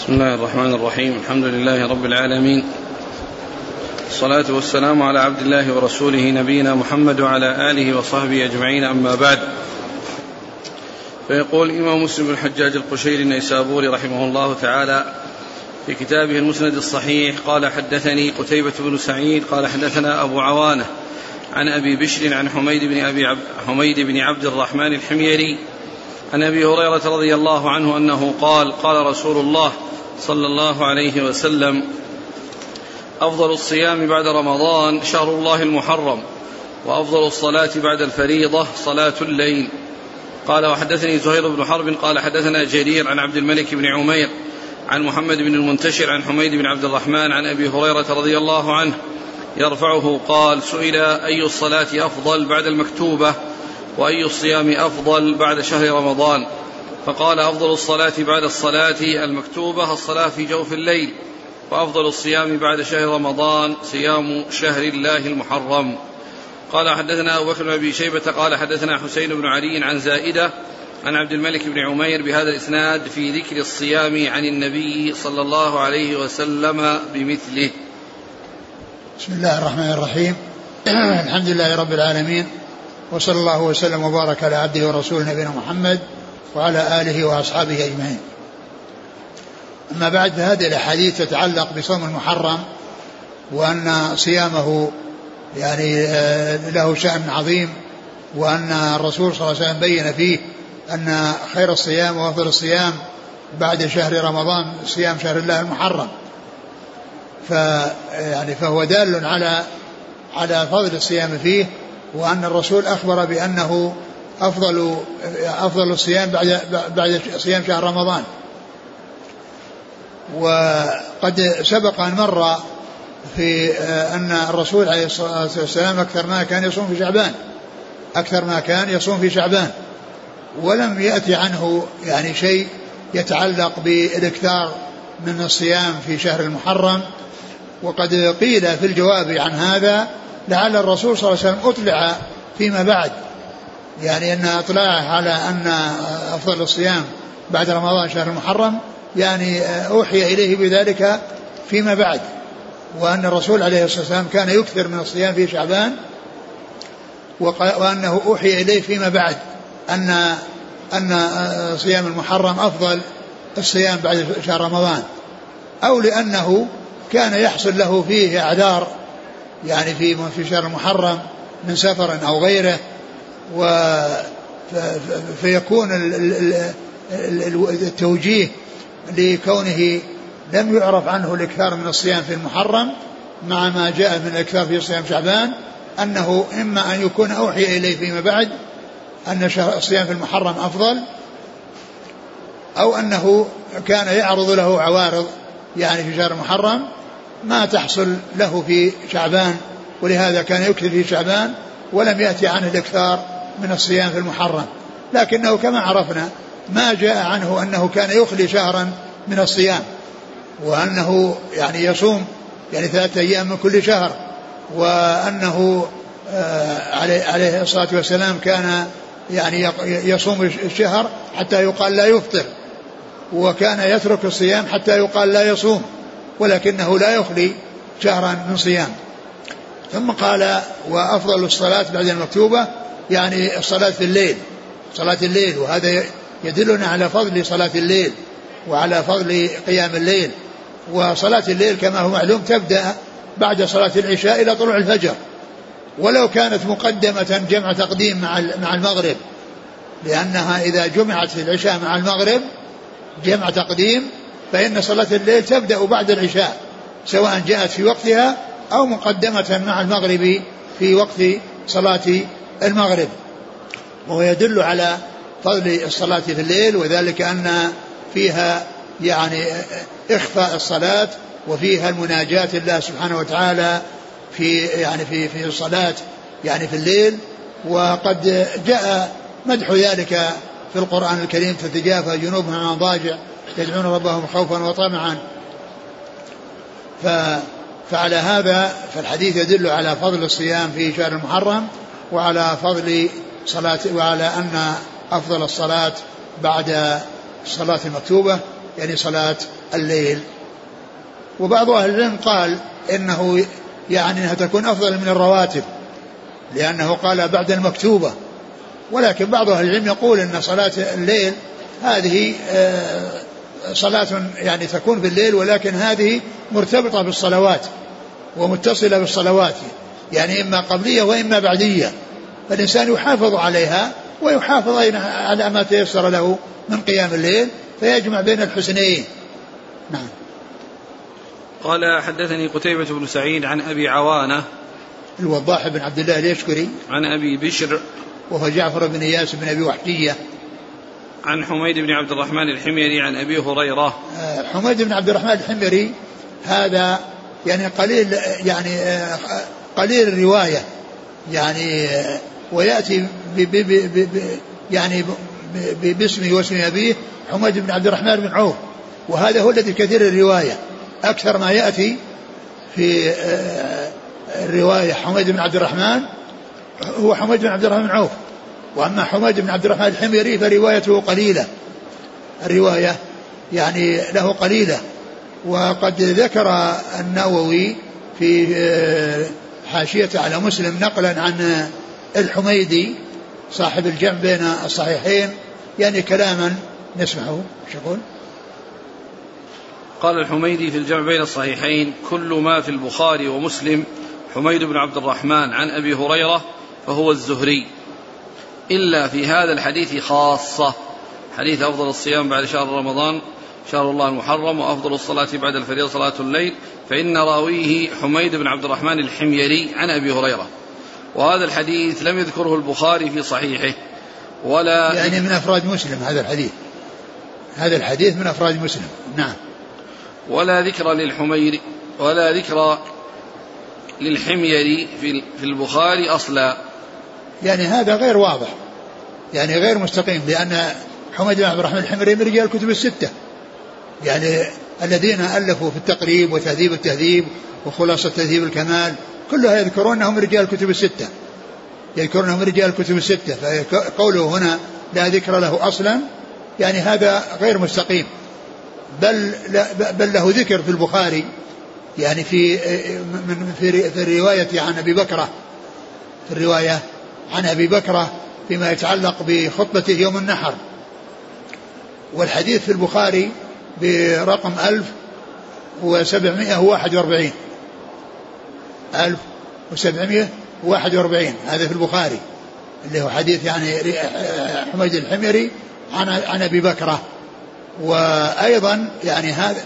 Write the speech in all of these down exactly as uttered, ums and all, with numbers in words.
بسم الله الرحمن الرحيم. الحمد لله رب العالمين، الصلاة والسلام على عبد الله ورسوله نبينا محمد وعلى آله وصحبه أجمعين، أما بعد. فيقول الإمام مسلم بن الحجاج القشيري النيسابوري رحمه الله تعالى في كتابه المسند الصحيح قال: حدثني قتيبة بن سعيد قال حدثنا أبو عوانة عن أبي بشر عن حميد بن, أبي عب حميد بن عبد الرحمن الحميري عن أبي هريرة رضي الله عنه أنه قال: قال رسول الله صلى الله عليه وسلم: أفضل الصيام بعد رمضان شهر الله المحرم، وأفضل الصلاة بعد الفريضة صلاة الليل. قال: وحدثني زهير بن حرب قال حدثنا جرير عن عبد الملك بن عمير عن محمد بن المنتشر عن حميد بن عبد الرحمن عن أبي هريرة رضي الله عنه يرفعه قال: سئل أي الصلاة أفضل بعد المكتوبة، وأي الصيام أفضل بعد شهر رمضان؟ فقال: أفضل الصلاة بعد الصلاة المكتوبة الصلاة في جوف الليل، وأفضل الصيام بعد شهر رمضان صيام شهر الله المحرم. قال: حدثنا أبو بكر بن أبي شيبة قال حدثنا حسين بن علي عن زائدة عن عبد الملك بن عمير بهذا الإسناد في ذكر الصيام عن النبي صلى الله عليه وسلم بمثله. بسم الله الرحمن الرحيم. الحمد لله رب العالمين، وصلى الله وسلم وبارك على عبده ورسوله نبينا محمد وعلى آله وأصحابه أجمعين. أما بعد، فهذه الأحاديث تتعلق بصوم المحرم، وأن صيامه يعني له شأن عظيم، وأن الرسول صلى الله عليه وسلم بين فيه أن خير الصيام وأفضل الصيام بعد شهر رمضان صيام شهر الله المحرم. فيعني فهو دال على على فضل الصيام فيه، وأن الرسول أخبر بأنه أفضل أفضل الصيام بعد بعد صيام شهر رمضان. وقد سبق أن مر في أن الرسول عليه الصلاة والسلام أكثر ما كان يصوم في شعبان أكثر ما كان يصوم في شعبان ولم يأتي عنه يعني شيء يتعلق بالاكثار من الصيام في شهر المحرم. وقد قيل في الجواب عن هذا لعل الرسول صلى الله عليه وسلم أطلع فيما بعد، يعني أن أطلعه على أن أفضل الصيام بعد رمضان شهر المحرم يعني أوحي إليه بذلك فيما بعد، وأن الرسول عليه الصلاة والسلام كان يكثر من الصيام في شعبان، وأنه أوحي إليه فيما بعد أن أن صيام المحرم أفضل الصيام بعد شهر رمضان، أو لأنه كان يحصل له فيه أعذار يعني في في شهر المحرم من سفر أو غيره، و فيكون التوجيه لكونه لم يعرف عنه الإكثار من الصيام في المحرم مع ما جاء من الإكثار في صيام شعبان، أنه إما أن يكون أوحي إليه فيما بعد أن الصيام في المحرم أفضل، أو أنه كان يعرض له عوارض يعني في شهر المحرم ما تحصل له في شعبان، ولهذا كان يكثر في شعبان ولم يأتي عنه الإكثار من الصيام في المحرم. لكنه كما عرفنا ما جاء عنه أنه كان يخلي شهرا من الصيام، وأنه يعني يصوم يعني ثلاثة أيام من كل شهر، وأنه عليه الصلاة والسلام كان يعني يصوم الشهر حتى يقال لا يفطر، وكان يترك الصيام حتى يقال لا يصوم، ولكنه لا يخلي شهرا من صيام. ثم قال: وأفضل الصلاة بعد المكتوبة يعني الصلاة في الليل صلاة الليل وهذا يدلنا على فضل صلاة الليل وعلى فضل قيام الليل. وصلاة الليل كما هو معلوم تبدأ بعد صلاة العشاء إلى طلوع الفجر، ولو كانت مقدمة جمع تقديم مع المغرب، لأنها إذا جمعت العشاء مع المغرب جمع تقديم فإن صلاة الليل تبدأ بعد العشاء، سواء جاءت في وقتها أو مقدمة مع المغرب في وقت صلاة المغرب. وهو يدل على فضل الصلاة في الليل، وذلك أن فيها يعني إخفاء الصلاة، وفيها المناجاة الله سبحانه وتعالى في يعني في في الصلاة يعني في الليل. وقد جاء مدح ذلك في القرآن الكريم: تتجافى جنوبهم عن المضاجع يدعون ربهم خوفا وطمعا. فعلى هذا فالحديث يدل على فضل الصيام في شهر المحرم، وعلى فضل صلاة، وعلى أن أفضل الصلاة بعد الصلاة المكتوبة يعني صلاة الليل. وبعض أهل العلم قال إنه يعني أنها تكون أفضل من الرواتب لأنه قال بعد المكتوبة، ولكن بعض أهل العلم يقول أن صلاة الليل هذه صلاة يعني تكون في الليل، ولكن هذه مرتبطة بالصلوات ومتصلة بالصلوات، يعني إما قبلية وإما بعدية، فالإنسان يحافظ عليها ويحافظ على ما تيسر له من قيام الليل فيجمع بين الحسنين. نعم. قال حدثني قتيبة بن سعيد عن أبي عوانة الوضاح بن عبد الله اليشكري عن أبي بشر وهو جعفر بن إياس بن أبي وحشية عن حميد بن عبد الرحمن الحميري عن أبي هريرة. حميد بن عبد الرحمن الحميري هذا يعني قليل يعني قليل الرواية يعني، ويأتي ب ب ب ب يعني باسمه واسم أبيه حميد بن عبد الرحمن بن عوف، وهذا هو الذي كثير الرواية، أكثر ما يأتي في الرواية حميد بن عبد الرحمن هو حميد بن عبد الرحمن بن عوف، وأما حميد بن عبد الرحمن الحميري فروايته قليلة، الرواية يعني له قليلة. وقد ذكر النووي في حاشية على مسلم نقلا عن الحميدي صاحب الجمع بين الصحيحين يعني كلاما نسمعه. شو يقول؟ قال الحميدي في الجمع بين الصحيحين: كل ما في البخاري ومسلم حميد بن عبد الرحمن عن أبي هريرة فهو الزهري، إلا في هذا الحديث خاصة، حديث أفضل الصيام بعد شهر رمضان شهر الله المحرم، وأفضل الصلاة بعد الفريضة صلاة الليل، فإن راويه حميد بن عبد الرحمن الحميري عن أبي هريرة، وهذا الحديث لم يذكره البخاري في صحيحه ولا يعني من أفراد مسلم. هذا الحديث هذا الحديث من أفراد مسلم. نعم. ولا ذكر للحميري ولا ذكر للحميري في البخاري أصلا، يعني هذا غير واضح، يعني غير مستقيم، لأن حميد بن عبد الرحمن الحميري من رجال الكتب الستة، يعني الذين ألفوا في التقريب وتهذيب التهذيب وخلاصة تهذيب الكمال كلها يذكرونهم رجال الكتب الستة، يذكرونهم رجال الكتب الستة، فقوله هنا لا ذكر له أصلا يعني هذا غير مستقيم، بل, بل له ذكر في البخاري يعني في من في في الرواية عن أبي بكرة، في الرواية عن أبي بكرة فيما يتعلق بخطبته يوم النحر، والحديث في البخاري برقم ألف وسبعمائة وواحد وأربعين ألف وسبعمائة وواحد وأربعين، هذا في البخاري اللي هو حديث يعني حميد الحميري عن عن أبي بكرة. وأيضا يعني هذا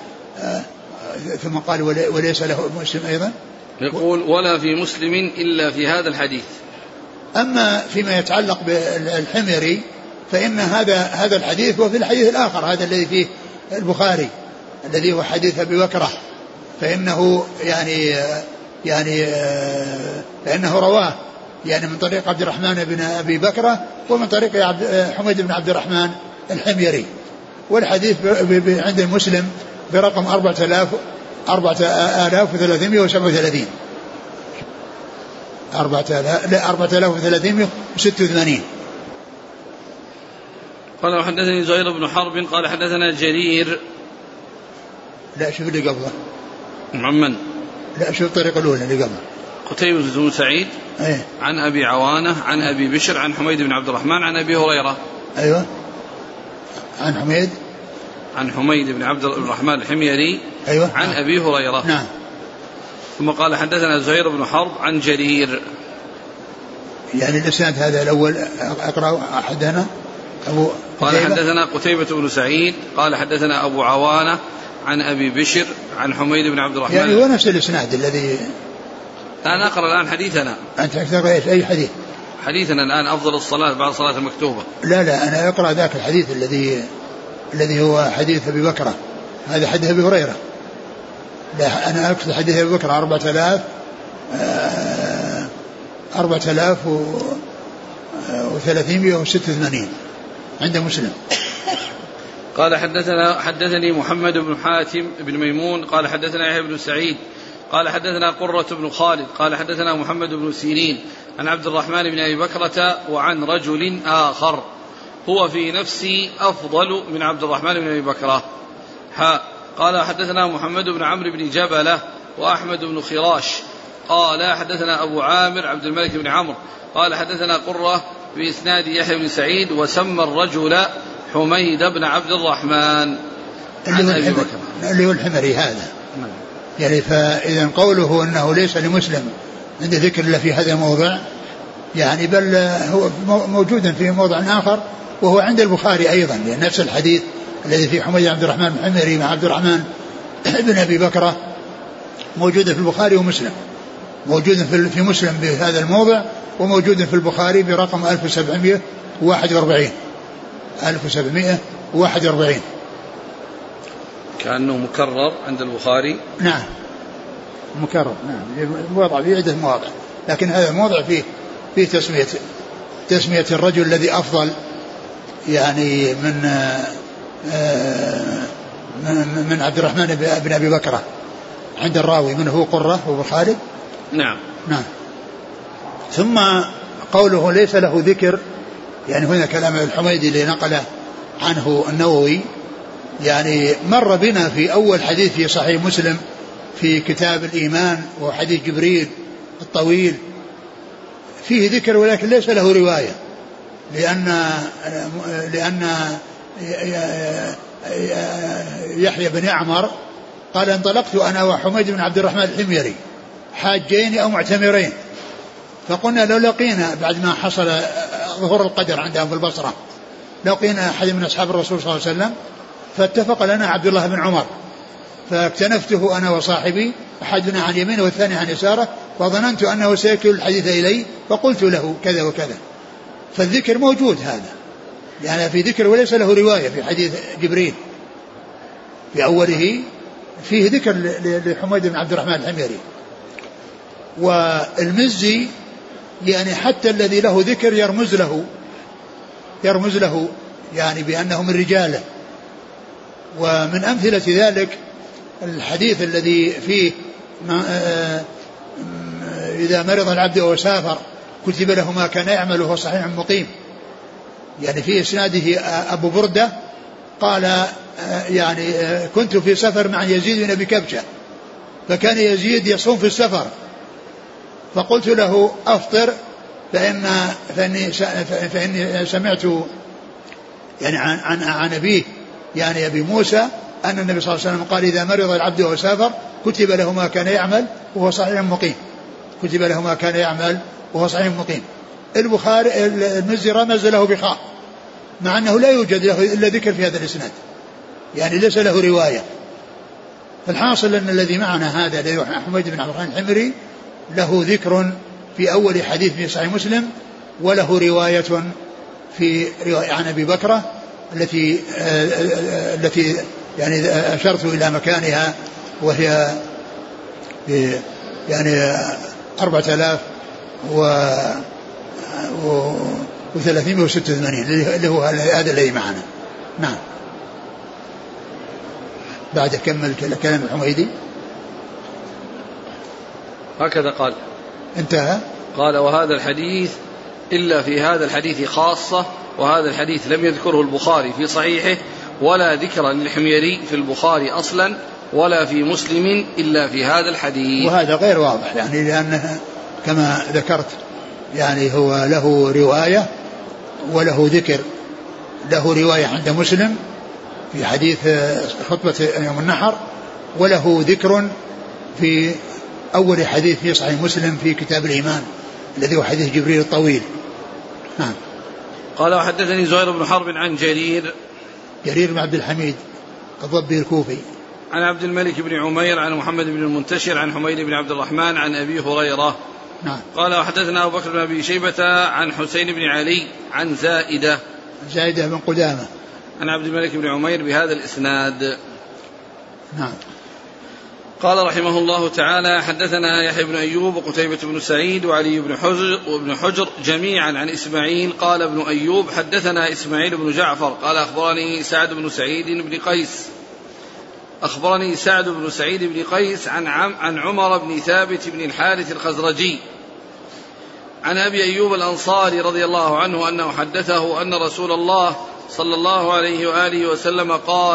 ثم قال وليس له مسلم أيضا، يقول ولا في مسلم إلا في هذا الحديث. أما فيما يتعلق بالحميري فإن هذا هذا الحديث وفي الحديث الآخر هذا الذي فيه البخاري الذي هو حديث أبي بكرة، فإنه يعني يعني فإنه رواه يعني من طريق عبد الرحمن بن أبي بكرة ومن طريق حميد بن عبد الرحمن الحميري، والحديث عند المسلم برقم أربعة آلاف أربعة آلاف وثلاثمائة وسبعة وثلاثين أربعة آلاف وثلاثمائة وستة وثمانين. قال وحدثني زهير بن حرب قال حدثنا جرير. لا شوف اللي قبله. محمد. لا شوف الطريقة الأولى اللي قبله. قتيبة بن سعيد. أيه. عن أبي عوانة عن أبي بشر عن حميد بن عبد الرحمن عن أبي هريرة. أيوة. عن حميد. عن حميد بن عبد الرحمن الحميري. أيوة. عن نعم. أبي هريرة. نعم. ثم قال حدثنا زهير بن حرب عن جرير. يعني الإسناد هذا الأول أقرأ أحدنا. أبو قال حدثنا قتيبة بن سعيد قال حدثنا أبو عوانة عن أبي بشر عن حميد بن عبد الرحمن. يعني هو نفس الإسناد الذي. أنا أقرأ الآن حديثنا. أنت تقرأ إيش أي حديث؟ حديثنا الآن أفضل الصلاة بعد الصلاة المكتوبة. لا لا أنا أقرأ ذاك الحديث الذي الذي هو حديث أبي بكرة، هذا حديث أبي هريرة. لا أنا أقصد حديث أبي بكرة أربعة آلاف أربعة آلاف وثلاثمائة وستة وثمانين عند مسلم. قال حدثنا حدثني محمد بن حاتم بن ميمون قال حدثنا يحيى بن سعيد قال حدثنا قرة بن خالد قال حدثنا محمد بن سيرين عن عبد الرحمن بن أبي بكرة وعن رجل آخر هو في نفسي أفضل من عبد الرحمن بن أبي بكرة، حاء قال حدثنا محمد بن عمرو بن جبلة وأحمد بن خراش قال حدثنا أبو عامر عبد الملك بن عمرو قال حدثنا قرة بإسناد يحيى بن سعيد وسمى الرجل حميد بن عبد الرحمن عن أبي بكر اللي هو الحمري هذا. يعني فإذا قوله أنه ليس لمسلم عند ذكر الله في هذا الموضع يعني بل هو موجود في موضع آخر وهو عند البخاري أيضا، لأن نفس الحديث الذي في حميد عبد الرحمن الحمري مع عبد الرحمن بن أبي بكرة موجود في البخاري ومسلم، موجود في مسلم بهذا الموضع وموجود في البخاري برقم ألف وسبعمائة وواحد وأربعين ألف وسبعمائة وواحد وأربعين كأنه مكرر عند البخاري. نعم مكرر، نعم موضع في عدة مواضع، لكن هذا الموضع فيه فيه تسمية تسمية الرجل الذي أفضل يعني من من عبد الرحمن بن أبي بكرة عند الراوي من هو قرة وبخاري. نعم نعم. ثم قوله ليس له ذكر، يعني هنا كلام الحميدي اللي نقله عنه النووي، يعني مر بنا في أول حديث في صحيح مسلم في كتاب الإيمان وحديث جبريل الطويل فيه ذكر ولكن ليس له رواية، لأن لأن يحيى بن عمر قال انطلقت أنا وحميد بن عبد الرحمن الحميري حاجين أو معتمرين، فقلنا لو لقينا بعد ما حصل ظهور القدر عندهم في البصرة لقينا أحد من أصحاب الرسول صلى الله عليه وسلم، فاتفق لنا عبد الله بن عمر فاكتنفته أنا وصاحبي أحدنا عن يمينه والثاني عن يساره، وظننت أنه سيكل الحديث إلي فقلت له كذا وكذا. فالذكر موجود هذا، يعني في ذكر وليس له رواية في حديث جبريل في أوله فيه ذكر لحميد بن عبد الرحمن الحميري. والمزي يعني حتى الذي له ذكر يرمز له يرمز له يعني بأنه من رجاله. ومن أمثلة ذلك الحديث الذي فيه إذا مرض العبد أو سافر كتب له ما كان يعمل وهو صحيح مقيم، يعني في إسناده أبو بردة قال يعني كنت في سفر مع يزيد بن أبي كبشة فكان يزيد يصوم في السفر فقلت له أفطر فإن فإني, فإني سمعت يعني عن, عن, عن أبيه يعني أبي موسى أن النبي صلى الله عليه وسلم قال إذا مرض العبد وهو سافر كتب له ما كان يعمل وهو صحيح مقيم، كتب له ما كان يعمل وهو صحيح مقيم. البخاري المزي رمز له بخاء مع أنه لا يوجد له إلا ذكر في هذا الإسناد، يعني ليس له رواية. فالحاصل أن الذي معنا هذا الذي حميد بن عبد الرحمن الحمري له ذكر في أول حديث في صحيح مسلم وله رواية في رواية عن أبي بكرة التي التي يعني أشرت إلى مكانها وهي يعني أربعة آلاف وثلاثمائة وستة وثمانين اللي هو هذا الذي معنا. نعم. بعد كمل كلام الحميدي هكذا قال انتهى قال وهذا الحديث إلا في هذا الحديث خاصة، وهذا الحديث لم يذكره البخاري في صحيحه ولا ذكر للحميري في البخاري أصلا ولا في مسلم إلا في هذا الحديث. وهذا غير واضح يعني لأنه كما ذكرت يعني هو له رواية وله ذكر، له رواية عند مسلم في حديث خطبة يوم النحر وله ذكر في أول حديث في صحيح مسلم في كتاب الإيمان الذي هو حديث جبريل الطويل. نعم. قال وحدثني زهير بن حرب عن جرير جرير بن عبد الحميد الضبي الكوفي عن عبد الملك بن عمير عن محمد بن المنتشر عن حميد بن عبد الرحمن عن أبي هريرة. نعم. قال وحدثنا أبو بكر بن أبي شيبة عن حسين بن علي عن زائدة زائدة بن قدامة عن عبد الملك بن عمير بهذا الإسناد. نعم. قال رحمه الله تعالى حدثنا يحيى بن أيوب وقتيبة بن سعيد وعلي بن حجر وابن حجر جميعا عن إسماعيل. قال ابن أيوب حدثنا إسماعيل بن جعفر قال أخبرني سعد بن سعيد بن قيس أخبرني سعد بن سعيد بن قيس عن عم عن عمر بن ثابت بن الحارث الخزرجي عن أبي أيوب الأنصاري رضي الله عنه أنه حدثه أن رسول الله صلى الله عليه وآله وسلم قال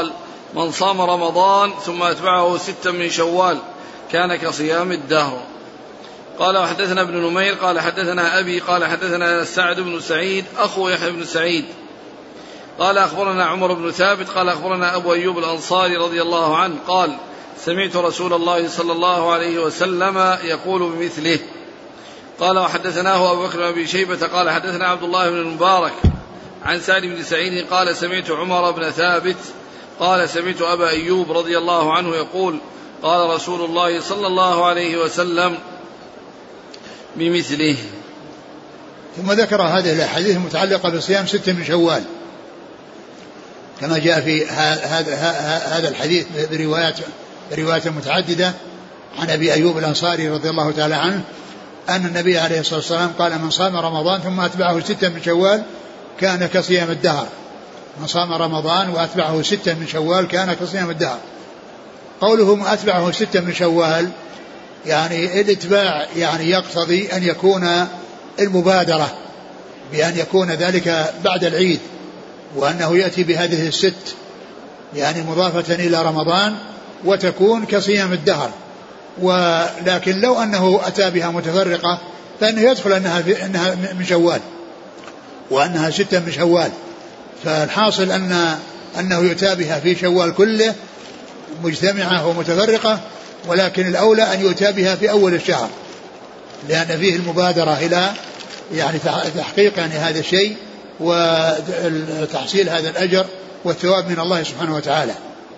من صام رمضان ثم أتبعه ستا من شوال كان كصيام الدهر. قال وحدثنا ابن نمير قال حدثنا أبي قال حدثنا سعد بن سعيد أخو يحيى بن سعيد قال أخبرنا عمر بن ثابت قال أخبرنا أبو أيوب الأنصاري رضي الله عنه قال سمعت رسول الله صلى الله عليه وسلم يقول بمثله. قال وحدثناه أبو بكر بن أبي شيبة قال حدثنا عبد الله بن المبارك عن سعد بن سعيد قال سمعت عمر بن ثابت قال سمعت أبا أيوب رضي الله عنه يقول قال رسول الله صلى الله عليه وسلم بمثله. ثم ذكر هذه الأحاديث المتعلقة بصيام ست من شوال كما جاء في هذا هذا الحديث بروايات بروايات متعددة عن أبي أيوب الأنصاري رضي الله تعالى عنه أن النبي عليه الصلاة والسلام قال من صام رمضان ثم أتبعه ستا من شوال كان كصيام الدهر. من صام رمضان وأتبعه ستا من شوال كان كصيام الدهر. قوله أتبعه ستا من شوال يعني الاتباع يعني يقتضي أن يكون المبادرة بأن يكون ذلك بعد العيد وأنه يأتي بهذه الست يعني مضافة إلى رمضان وتكون كصيام الدهر. ولكن لو أنه أتى بها متفرقة فإنه يدخل أنها, أنها من شوال وأنها ستة من شوال. فالحاصل أن أنه يؤتى بها في شوال كله مجتمعة ومتفرقة ولكن الأولى أن يؤتى بها في أول الشهر لأن فيه المبادرة إلى يعني تحقيق يعني هذا الشيء وتحصيل هذا الأجر والثواب من الله سبحانه وتعالى.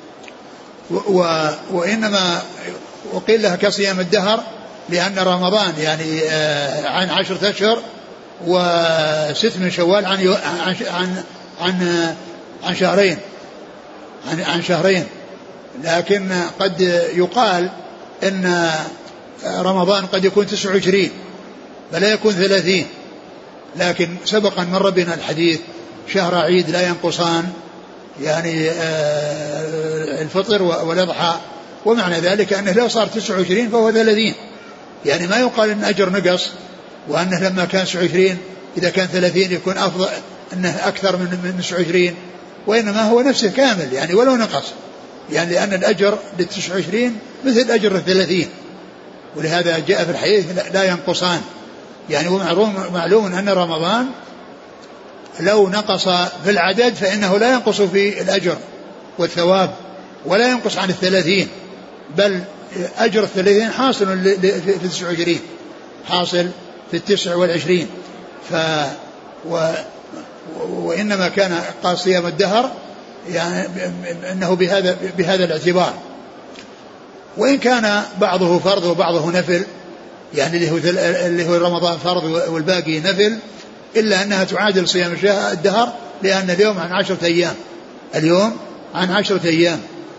وإنما وقيل لها كصيام الدهر لأن رمضان يعني عن عشرة أشهر وست من شوال عن عن عن عن شهرين عن عن شهرين لكن قد يقال إن رمضان قد يكون تسعة وعشرين فلا يكون ثلاثين. لكن سبقا مر بنا الحديث شهر عيد لا ينقصان يعني الفطر والأضحى ومعنى ذلك أنه لو صار تسعة وعشرين فهو ثلاثين يعني ما يقال أن أجر نقص وأنه لما كان تسعة وعشرين إذا كان ثلاثين يكون أفضل أنه أكثر من تسعة وعشرين وإنما هو نفسه كامل يعني ولو نقص يعني لأن الأجر للتسعة وعشرين مثل أجر الثلاثين ولهذا جاء في الحديث لا ينقصان يعني ومعلوم أن رمضان لو نقص في العدد فإنه لا ينقص في الأجر والثواب ولا ينقص عن الثلاثين بل أجر الثلاثين حاصل في التسع وعشرين حاصل في التسع والعشرين ف و وإنما كان قال صيام الدهر يعني أنه بهذا بهذا الاعتبار وإن كان بعضه فرض وبعضه نفل يعني اللي هو اللي هو رمضان فرض والباقي نفل إلا أنها تعادل صيام الدهر لأن اليوم عن عشرة أيام اليوم عن عشرة أيام.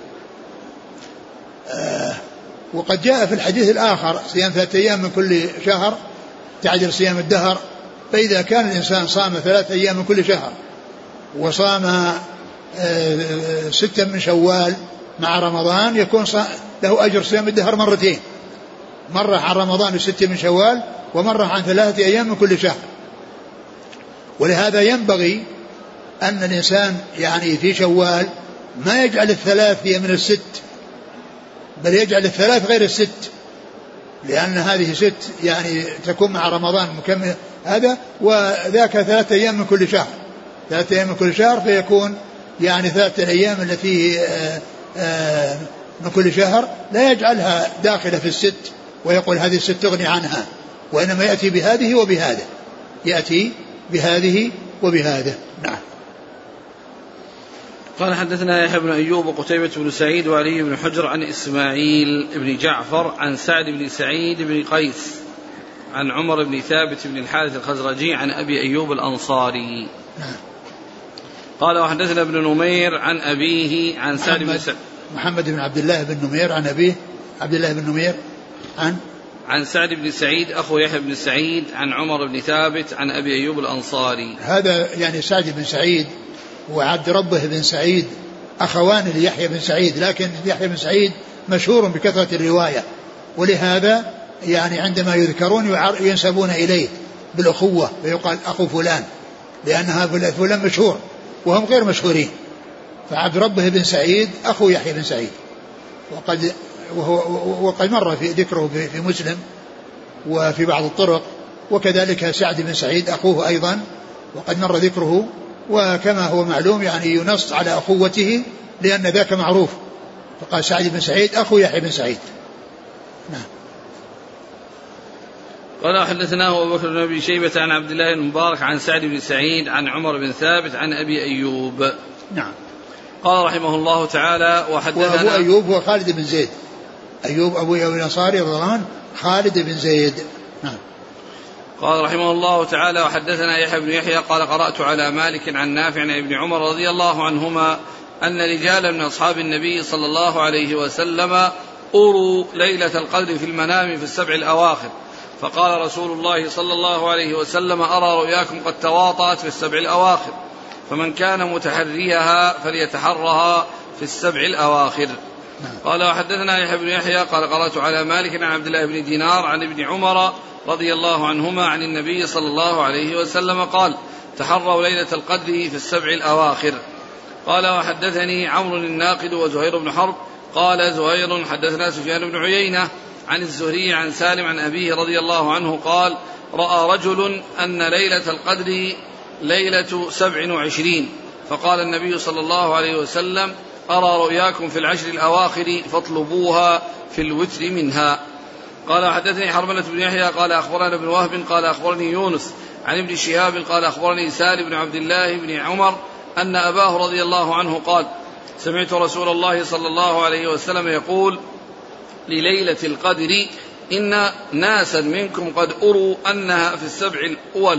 آه وقد جاء في الحديث الآخر صيام ثلاثة أيام من كل شهر تعادل صيام الدهر. فإذا كان الإنسان صام ثلاثة أيام من كل شهر وصام آه ستة من شوال مع رمضان يكون له أجر صيام الدهر مرتين مرة عن رمضان وستة من شوال ومرة عن ثلاثة أيام من كل شهر. ولهذا ينبغي أن الإنسان يعني في شوال ما يجعل الثلاث هي من الست بل يجعل الثلاث غير الست لأن هذه ست يعني تكون مع رمضان مكمل هذا وذاك ثلاثة أيام من كل شهر ثلاثة أيام من كل شهر فيكون يعني ثلاثة الأيام التي آآ آآ من كل شهر لا يجعلها داخلة في الست ويقول هذه الست تغني عنها وإنما يأتي بهذه وبهذا يأتي بهذه وبهذا. نعم. قال حدثنا يحيى بن أيوب وقتيبة بن سعيد وعلي بن حجر عن إسماعيل بن جعفر عن سعد بن سعيد بن قيس عن عمر بن ثابت بن الحارث الخزرجي عن أبي أيوب الأنصاري. نعم. قال وحدثنا ابن نمير عن أبيه عن سعد بن سعيد محمد بن عبد الله بن نمير عن أبيه عبد الله بن نمير عن عن سعد بن سعيد أخو يحيى بن سعيد عن عمر بن ثابت عن أبي أيوب الأنصاري. هذا يعني سعد بن سعيد وعبد ربه بن سعيد أخوان ليحيى بن سعيد لكن يحيى بن سعيد مشهور بكثرة الرواية ولهذا يعني عندما يذكرون ينسبون إليه بالأخوة ويقال أخو فلان لأنها فلان مشهور وهم غير مشهورين فعبد ربه بن سعيد أخو يحيى بن سعيد، وقد وهو وقد مر في ذكره في مسلم وفي بعض الطرق، وكذلك سعد بن سعيد أخوه أيضا وقد مر ذكره. وكما هو معلوم يعني ينص على أخوته لأن ذاك معروف، فقال سعد بن سعيد أخو يحيى بن سعيد. نعم. قال حدثناه أبو بكر بن أبي شيبة عن عبد الله بن مبارك عن سعد بن سعيد عن عمر بن ثابت عن أبي أيوب. نعم. قال رحمه الله تعالى وحدثنا وأبو أيوب هو خالد بن زيد، أيوب أبو أيوب الأنصاري رضي الله عنه خالد بن زيد. نعم. قال رحمه الله تعالى وحدثنا يحيى بن يحيى قال قرأت على مالك عن نافع عن ابن عمر رضي الله عنهما أن رجالا من أصحاب النبي صلى الله عليه وسلم أروا ليلة القدر في المنام في السبع الأواخر، فقال رسول الله صلى الله عليه وسلم أرى رؤياكم قد تواطأت في السبع الأواخر، فمن كان متحريها فليتحرها في السبع الأواخر. قال وحدثنا يحيى بن يحيى قال قرأت على مالك عن عبد الله بن دينار عن ابن عمر رضي الله عنهما عن النبي صلى الله عليه وسلم قال تحروا ليلة القدر في السبع الأواخر. قال وحدثني عمرو الناقد وزهير بن حرب قال زهير حدثنا سفيان بن عيينة عن الزهري عن سالم عن أبيه رضي الله عنه قال رأى رجل أن ليلة القدر ليلة سبع وعشرين، فقال النبي صلى الله عليه وسلم أرى رؤياكم في العشر الأواخر فاطلبوها في الوتر منها. قال حدثني حرملة بن يحيى قال أخبرنا ابن وهب قال أخبرني يونس عن ابن شهاب قال أخبرني سالم بن عبد الله بن عمر أن أباه رضي الله عنه قال سمعت رسول الله صلى الله عليه وسلم يقول لليلة القدر إن ناسا منكم قد أروا أنها في السبع الأول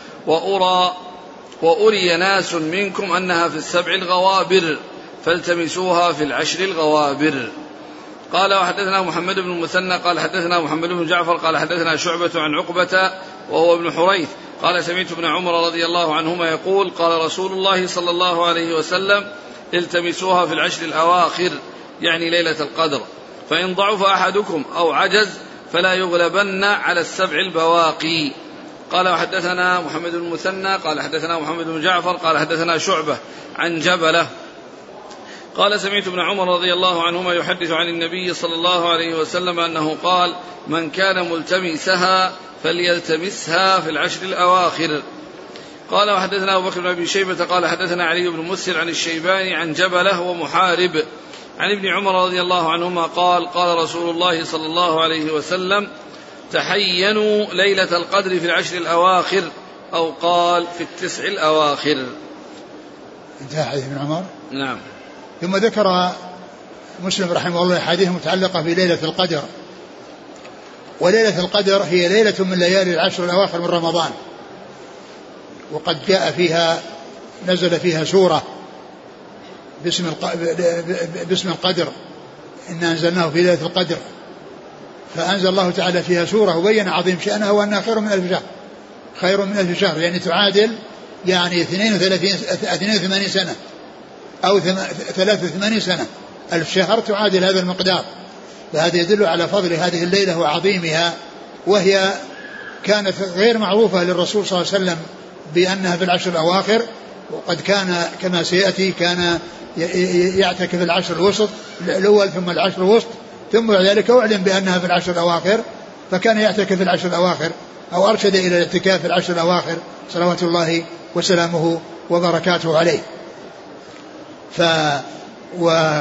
وأرى وأري ناس منكم أنها في السبع الغوابر فالتمسوها في العشر الغوابر. قال وحدثنا محمد بن المثنى قال حدثنا محمد بن جعفر قال حدثنا شعبة عن عقبة وهو ابن حريث قال سمعت ابن عمر رضي الله عنهما يقول قال رسول الله صلى الله عليه وسلم التمسوها في العشر الأواخر يعني ليلة القدر، فإن ضعف أحدكم أو عجز فلا يغلبن على السبع البواقي. قال وحدثنا محمد بن المثنى قال حدثنا محمد بن جعفر قال حدثنا شعبة عن جبلة قال سمعت ابن عمر رضي الله عنهما يحدث عن النبي صلى الله عليه وسلم أنه قال من كان ملتمسها فليلتمسها في العشر الأواخر. قال وحدثنا أبو بكر بن أبي شيبة قال حدثنا علي بن مسهر عن الشيباني عن جبلة ومحارب عن ابن عمر رضي الله عنهما قال قال رسول الله صلى الله عليه وسلم تحينوا ليلة القدر في العشر الأواخر أو قال في التسع الأواخر. انتهى حديث ابن عمر. نعم. ثم ذكر مسلم رحمه الله حديث متعلقة بليلة القدر، وليلة القدر هي ليلة من ليالي العشر الأواخر من رمضان، وقد جاء فيها نزل فيها سورة باسم باسم القدر إنا أنزلناه في ليلة القدر، فأنزل الله تعالى فيها سورة وبين عظيم شأنها وأنها خير من ألف شهر، خير من ألف شهر يعني تعادل يعني اثنين وثمانين سنة أو ثلاثة وثمانين سنة، ألف شهر تعادل هذا المقدار. فهذا يدل على فضل هذه الليلة وعظيمها، وهي كانت غير معروفة للرسول صلى الله عليه وسلم بأنها في العشر الأواخر، وقد كان كما سيأتي كان يعتكف العشر الوسط الأول ثم العشر الوسط ثم بعد ذلك أعلن بأنها في العشر الأواخر، فكان يعتكف العشر الأواخر أو أرشد إلى الاعتكاف في العشر الأواخر صلوات الله وسلامه وبركاته عليه. ف و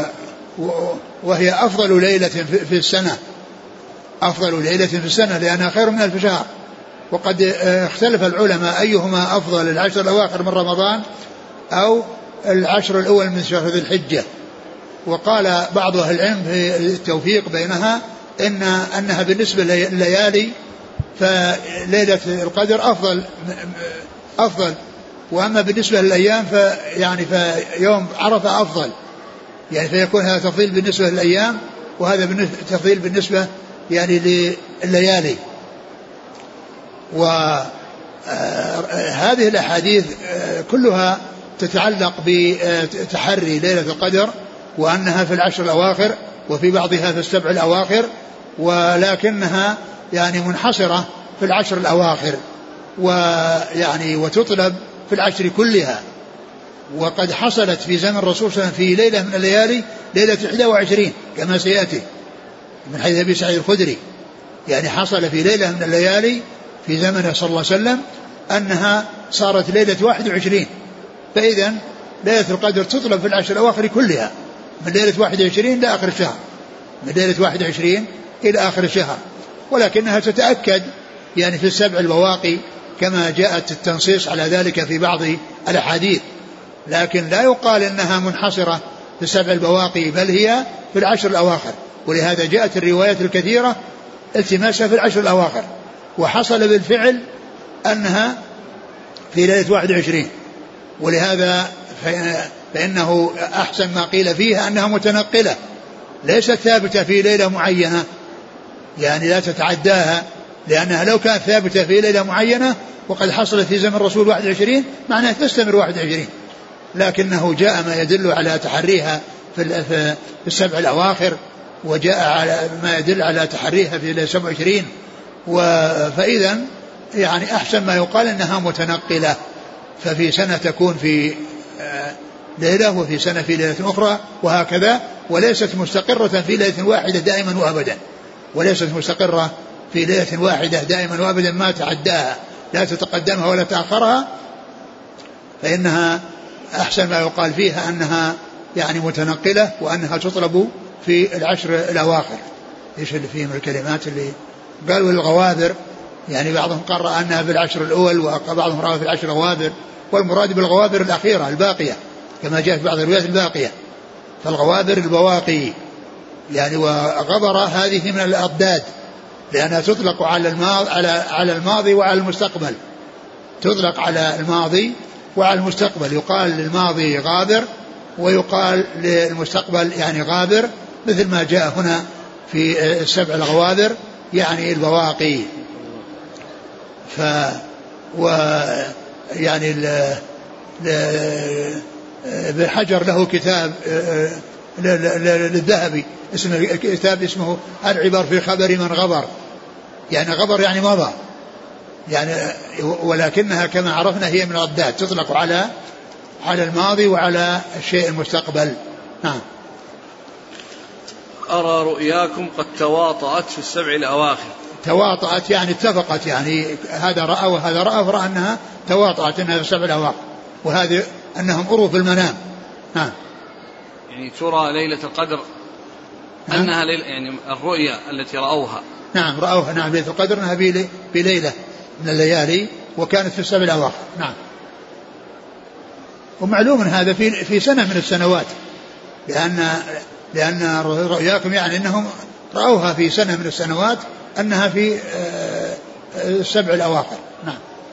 وهي أفضل ليلة في السنة، أفضل ليلة في السنة لأنها خير من ألف شهر. وقد اختلف العلماء أيهما أفضل، العشر الأواخر من رمضان أو العشر الأول من شهر ذي الحجة. وقال بعض أهل العلم في التوفيق بينها إن أنها بالنسبة لليالي فليلة القدر أفضل أفضل وأما بالنسبة للأيام فيعني فيوم عرفة أفضل، يعني فيكون هذا تفضيل بالنسبة للأيام وهذا تفضيل بالنسبة يعني لليالي. وهذه الأحاديث كلها تتعلق بتحري ليلة القدر وأنها في العشر الأواخر وفي بعضها في السبع الأواخر، ولكنها يعني منحصرة في العشر الأواخر ويعني وتطلب في العشر كلها. وقد حصلت في زمن الرسول صلى الله عليه وسلم في ليلة من الليالي ليلة إحدى وعشرين كما سيأتي من حديث أبي سعيد الخدري، يعني حصل في ليلة من الليالي في زمنه صلى الله عليه وسلم أنها صارت ليلة واحد وعشرين. فإذا ليلة القدر تطلب في العشر الأواخر كلها من ليلة واحد وعشرين إلى آخر الشهر، من ليلة واحد وعشرين إلى آخر الشهر، ولكنها تتأكد يعني في السبع البواقي كما جاءت التنصيص على ذلك في بعض الأحاديث، لكن لا يقال إنها منحصرة في السبع البواقي بل هي في العشر الأواخر، ولهذا جاءت الروايات الكثيرة التماسها في العشر الأواخر. وحصل بالفعل أنها في ليلة واحد وعشرين، ولهذا فإنه أحسن ما قيل فيها أنها متنقلة ليست ثابتة في ليلة معينة، يعني لا تتعداها، لأنها لو كانت ثابتة في ليلة معينة وقد حصلت في زمن الرسول واحد وعشرين معناها تستمر واحد وعشرين، لكنه جاء ما يدل على تحريها في السبع الأواخر، وجاء على ما يدل على تحريها في سبع وعشرين، فإذا يعني أحسن ما يقال أنها متنقلة، ففي سنة تكون في ليلة وفي سنة في ليلة أخرى وهكذا، وليست مستقرة في ليلة واحدة دائما وأبدا، وليست مستقرة في ليلة واحدة دائما وأبدا ما تعداها لا تتقدمها ولا تأخرها، فإنها أحسن ما يقال فيها أنها يعني متنقلة وأنها تطلب في العشر الأواخر. إيش اللي فيه من الكلمات اللي قالوا الغوابر، يعني بعضهم قرأ أنها في العشر الأول وبعضهم رأى في العشر الغوابر، والمراد بالغوابر الأخيرة الباقية كما جاء في بعض الروايات الباقية، فالغوابر البواقي يعني. وغبر هذه من الأضداد لأنها تطلق على الماضي على على الماضي وعلى المستقبل، تطلق على الماضي وعلى المستقبل، يقال للماضي غابر ويقال للمستقبل يعني غابر، مثل ما جاء هنا في السبع الغوابر يعني البواقي. ف و يعني ابن حجر له كتاب للذهبي اسمه كتاب اسمه العبر في خبر من غبر، يعني غبر يعني مضى يعني، ولكنها كما عرفنا هي من الأضداد تطلق على على الماضي وعلى الشيء المستقبل. نعم. أرى رؤياكم قد تواطأت في السبع الأواخر. تواطأت يعني اتفقت، يعني هذا رأى وهذا رأى فرأى أنها تواطأت أنها في السبع الأواخر، وهذه أنهم أروا في المنام. نعم. يعني ترى ليلة القدر نعم. أنها ليلة يعني الرؤيا التي رأوها. نعم رأوها نعم ليلة القدر أنها بليلة من الليالي وكانت في السبع الأواخر. نعم. ومعلوم هذا في في سنة من السنوات، لأن لأن رؤياكم يعني أنهم رأوها في سنة من السنوات أنها في السبع الأواخر. نعم.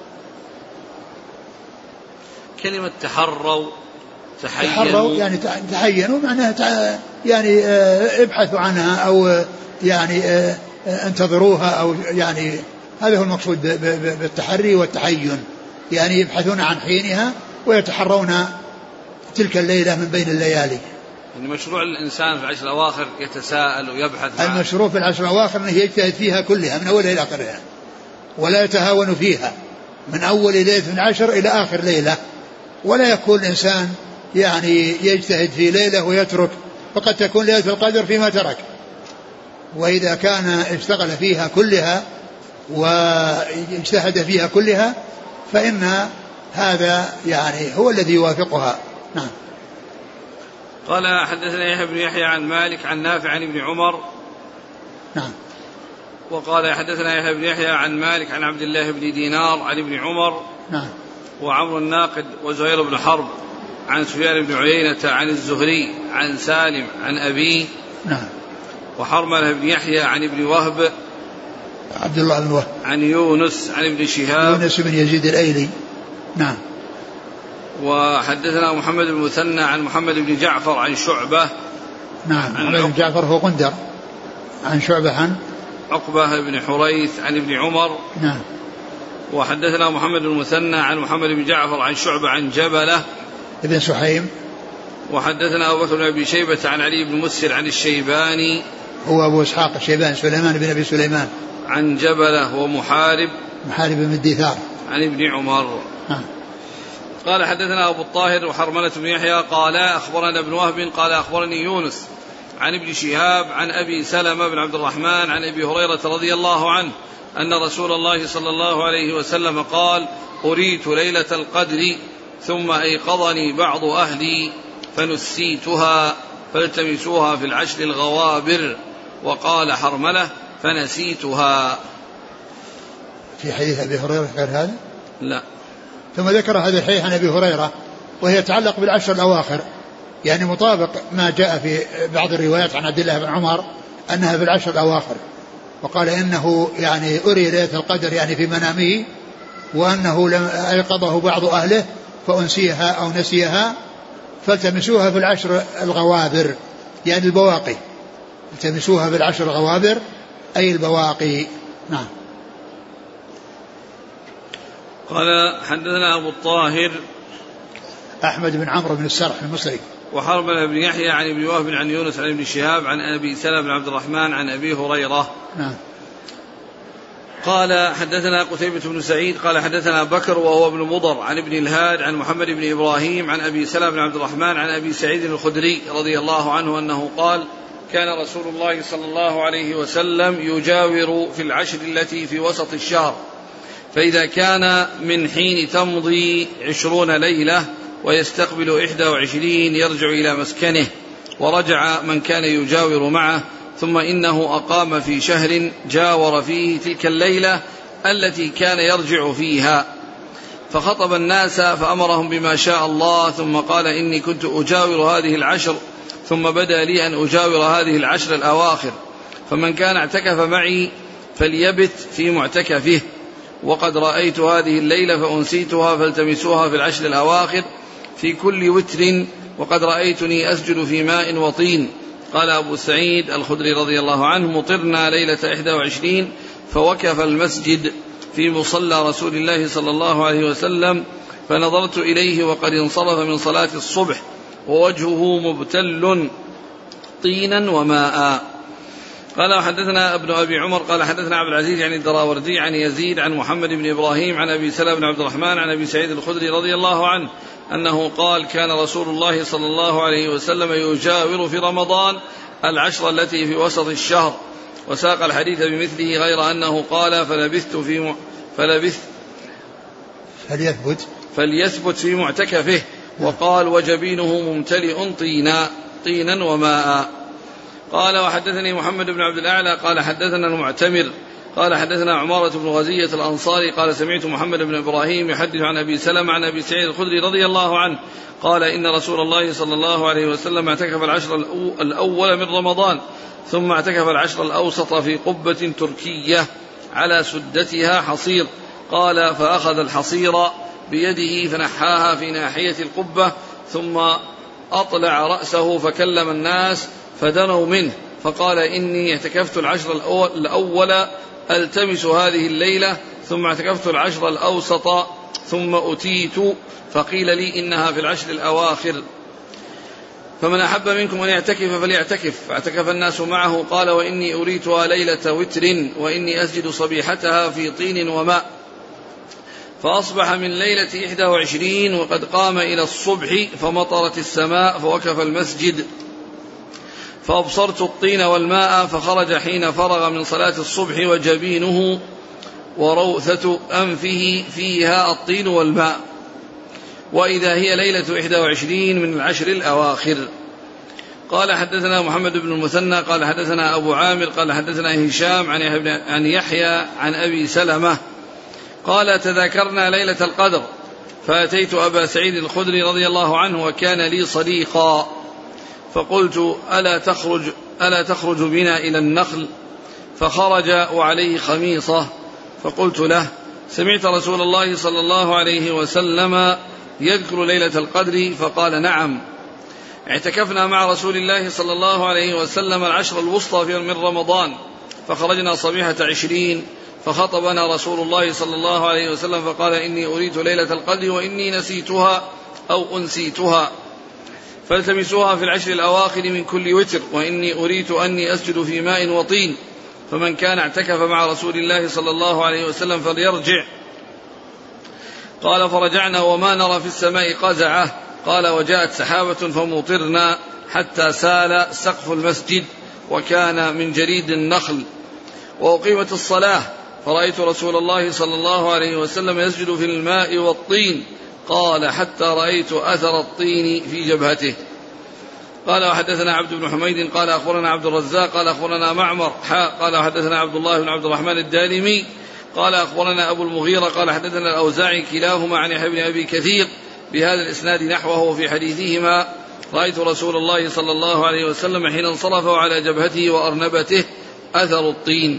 كلمة تحروا تحينوا, تحروا يعني تحينوا معناها يعني ابحثوا عنها أو يعني انتظروها، أو يعني هذا هو المقصود بالتحري والتحين، يعني يبحثون عن حينها ويتحرون تلك الليلة من بين الليالي. المشروع الإنسان في العشر الأواخر يتساءل ويبحث. المشروع في العشر الأواخر أنه يجتهد فيها كلها من أولها إلى آخرها، ولا يتهاون فيها من أول ليلة من عشر إلى آخر ليلة، ولا يكون الإنسان يعني يجتهد في ليلة ويترك، فقد تكون ليلة القدر فيما ترك. وإذا كان اشتغل فيها كلها واجتهد فيها كلها فإن هذا يعني هو الذي يوافقها. نعم. قال حدثنا يحيى بن يحيى عن مالك عن نافع عن ابن عمر. نعم. وقال حدثنا يحيى بن يحيى عن مالك عن عبد الله بن دينار عن ابن عمر. نعم. وعمرو الناقد وزهير بن حرب عن سفيان بن عيينة عن الزهري عن سالم عن أبيه. نعم. وحرملة بن يحيى عن ابن وهب عبد الله بن وهب عن يونس عن ابن شهاب يونس بن يزيد الأيلي. نعم. وحدثنا محمد بن المثنى عن محمد بن جعفر عن شعبة. نعم. محمد بن جعفر هو غندر عن شعبة عن عقبة بن حريث عن ابن عمر. نعم. وحدثنا محمد بن المثنى عن محمد بن جعفر عن شعبة عن جبلة ابن سحيم. وحدثنا أبو بكر بن أبي شيبة عن علي بن مسر عن الشيباني هو أبو إسحاق الشيباني سليمان بن أبي سليمان عن جبلة ومحارب محارب بن الدثار عن ابن عمر. نعم. قال حدثنا أبو الطاهر وحرملة بن يحيى قال أخبرنا ابن وهب قال أخبرني يونس عن ابن شهاب عن أبي سلمة بن عبد الرحمن عن أبي هريرة رضي الله عنه أن رسول الله صلى الله عليه وسلم قال أريت ليلة القدر ثم أيقظني بعض أهلي فنسيتها فالتمسوها في العشر الغوابر. وقال حرملة فنسيتها. في حديث أبي هريرة غير هذا؟ لا. ثم ذكر هذا الحديث عن أبي هريرة وهي يتعلق بالعشر الأواخر، يعني مطابق ما جاء في بعض الروايات عن عبد الله بن عمر أنها في العشر الأواخر، وقال إنه يعني أري ليلة القدر يعني في منامه، وأنه لم أيقظه بعض أهله فأنسيها أو نسيها فالتمسوها في العشر الغوابر يعني البواقي، التمسوها في العشر الغوابر أي البواقي. نعم. قال حدثنا أبو الطاهر أحمد بن عمرو بن السرح المصري وحرملة بن يحيى عن ابن وهب عن يونس عن ابن شهاب عن أبي سلمة بن عبد الرحمن عن أبي هريرة. نعم. قال حدثنا قتيبة بن سعيد قال حدثنا بكر وهو ابن مضر عن ابن الهاد عن محمد بن إبراهيم عن أبي سلمة بن عبد الرحمن عن أبي سعيد الخدري رضي الله عنه أنه قال كان رسول الله صلى الله عليه وسلم يجاور في العشر التي في وسط الشهر، فإذا كان من حين تمضي عشرون ليلة ويستقبل إحدى وعشرين يرجع إلى مسكنه، ورجع من كان يجاور معه، ثم إنه أقام في شهر جاور فيه تلك الليلة التي كان يرجع فيها، فخطب الناس فأمرهم بما شاء الله، ثم قال إني كنت أجاور هذه العشر، ثم بدا لي أن أجاور هذه العشر الأواخر، فمن كان اعتكف معي فليبت في معتكفه، وقد رأيت هذه الليلة فأنسيتها فالتمسوها في العشر الأواخر في كل وتر، وقد رأيتني أسجد في ماء وطين. قال أبو سعيد الخدري رضي الله عنه مطرنا ليلة إحدى وعشرين فوكف المسجد في مصلى رسول الله صلى الله عليه وسلم، فنظرت إليه وقد انصرف من صلاة الصبح ووجهه مبتل طينا وماء. قال حدثنا ابن أبي عمر قال حدثنا عبد العزيز عن الدراوردي عن يزيد عن محمد بن إبراهيم عن أبي سلمة بن عبد الرحمن عن أبي سعيد الخدري رضي الله عنه أنه قال كان رسول الله صلى الله عليه وسلم يجاور في رمضان العشر التي في وسط الشهر، وساق الحديث بمثله غير أنه قال فلبثت في م... فلبث فليثبت فليثبت في معتكفه، وقال وجبينه ممتلئ طينا طينا وماء. قال وحدثني محمد بن عبد الأعلى قال حدثنا المعتمر قال حدثنا عمارة بن غزية الأنصاري قال سمعت محمد بن إبراهيم يحدث عن أبي سلمة عن أبي سعيد الخدري رضي الله عنه قال إن رسول الله صلى الله عليه وسلم اعتكف العشر الأول من رمضان، ثم اعتكف العشر الأوسط في قبة تركية على سدتها حصير، قال فأخذ الحصير بيده فنحاها في ناحية القبة، ثم أطلع رأسه فكلم الناس فدنوا منه، فقال إني اعتكفت العشر الأول ألتمس هذه الليلة، ثم اعتكفت العشر الأوسط ثم أتيت فقيل لي إنها في العشر الأواخر، فمن أحب منكم أن يعتكف فليعتكف، فاعتكف الناس معه. قال وإني أريتها ليلة وتر وإني أسجد صبيحتها في طين وماء، فأصبح من ليلة إحدى وعشرين وقد قام إلى الصبح فمطرت السماء فوكف المسجد، فأبصرت الطين والماء، فخرج حين فرغ من صلاة الصبح وجبينه وروثة أنفه فيها الطين والماء، وإذا هي ليلة إحدى وعشرين من العشر الأواخر. قال حدثنا محمد بن المثنى قال حدثنا أبو عامر قال حدثنا هشام عن يحيى عن أبي سلمة قال تذاكرنا ليلة القدر، فأتيت أبا سعيد الخدري رضي الله عنه وكان لي صديقا، فقلت ألا تخرج, ألا تخرج بنا إلى النخل؟ فخرج وعليه خميصة، فقلت له سمعت رسول الله صلى الله عليه وسلم يذكر ليلة القدر؟ فقال نعم. اعتكفنا مع رسول الله صلى الله عليه وسلم العشر الوسطى من رمضان، فخرجنا صبيحة عشرين، فخطبنا رسول الله صلى الله عليه وسلم فقال إني أريد ليلة القدر وإني نسيتها أو أنسيتها، فالتمسوها في العشر الأواخر من كل وتر، وإني أريد أني أسجد في ماء وطين، فمن كان اعتكف مع رسول الله صلى الله عليه وسلم فليرجع. قال فرجعنا وما نرى في السماء قزعة. قال وجاءت سحابة فمطرنا حتى سال سقف المسجد وكان من جريد النخل. وأقيمت الصلاة فرأيت رسول الله صلى الله عليه وسلم يسجد في الماء والطين. قال حتى رأيت أثر الطين في جبهته. قال وحدثنا عبد بن حميد قال أخبرنا عبد الرزاق قال أخبرنا معمر حاء قال وحدثنا عبد الله بن عبد الرحمن الدارمي قال أخبرنا أبو المغيرة قال حدثنا الأوزاعي كلاهما عن يحيى بن أبي كثير بهذا الإسناد نحوه. وفي حديثهما رأيت رسول الله صلى الله عليه وسلم حين انصرف على جبهته وأرنبته أثر الطين.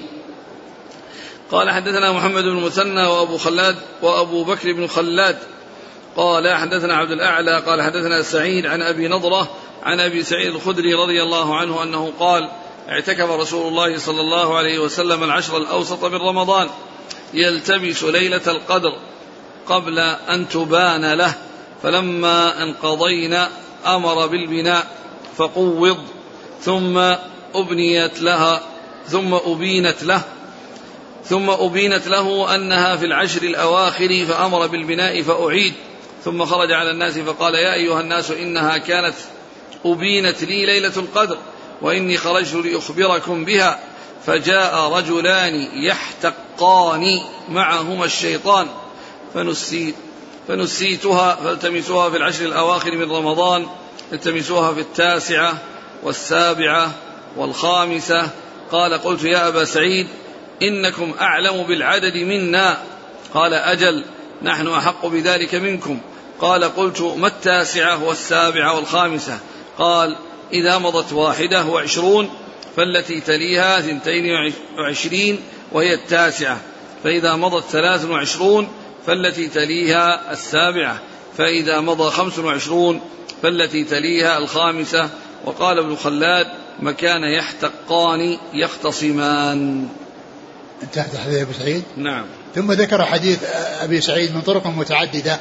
قال حدثنا محمد بن المثنى وأبو خلاد وأبو بكر بن خلاد قال حدثنا عبد الأعلى قال حدثنا سعيد عن أبي نضرة عن أبي سعيد الخدري رضي الله عنه أنه قال اعتكف رسول الله صلى الله عليه وسلم العشر الأوسط من رمضان يلتمس ليلة القدر قبل أن تبان له، فلما انقضينا أمر بالبناء فقوض ثم أبنيت لها ثم أبينت له ثم أبينت له أنها في العشر الأواخر فأمر بالبناء فأعيد. ثم خرج على الناس فقال يا أيها الناس إنها كانت أبينت لي ليلة القدر وإني خرجت لأخبركم بها. فجاء رجلان يحتقان معهما الشيطان فنسيت فنسيتها فالتمسوها في العشر الأواخر من رمضان التمسوها في التاسعة والسابعة والخامسة. قال قلت يا أبا سعيد إنكم أعلم بالعدد منا. قال أجل نحن أحق بذلك منكم. قال قلت ما التاسعة والسابعة والخامسة؟ قال إذا مضت واحدة وعشرون فالتي تليها ثنتين وعشرين وهي التاسعة، فإذا مضت ثلاث وعشرون فالتي تليها السابعة، فإذا مضى خمس وعشرون فالتي تليها الخامسة. وقال ابن خلاد مكان يحتقان يختصمان. انتهت حديث أبي سعيد. نعم. ثم ذكر حديث أبي سعيد من طرق متعددة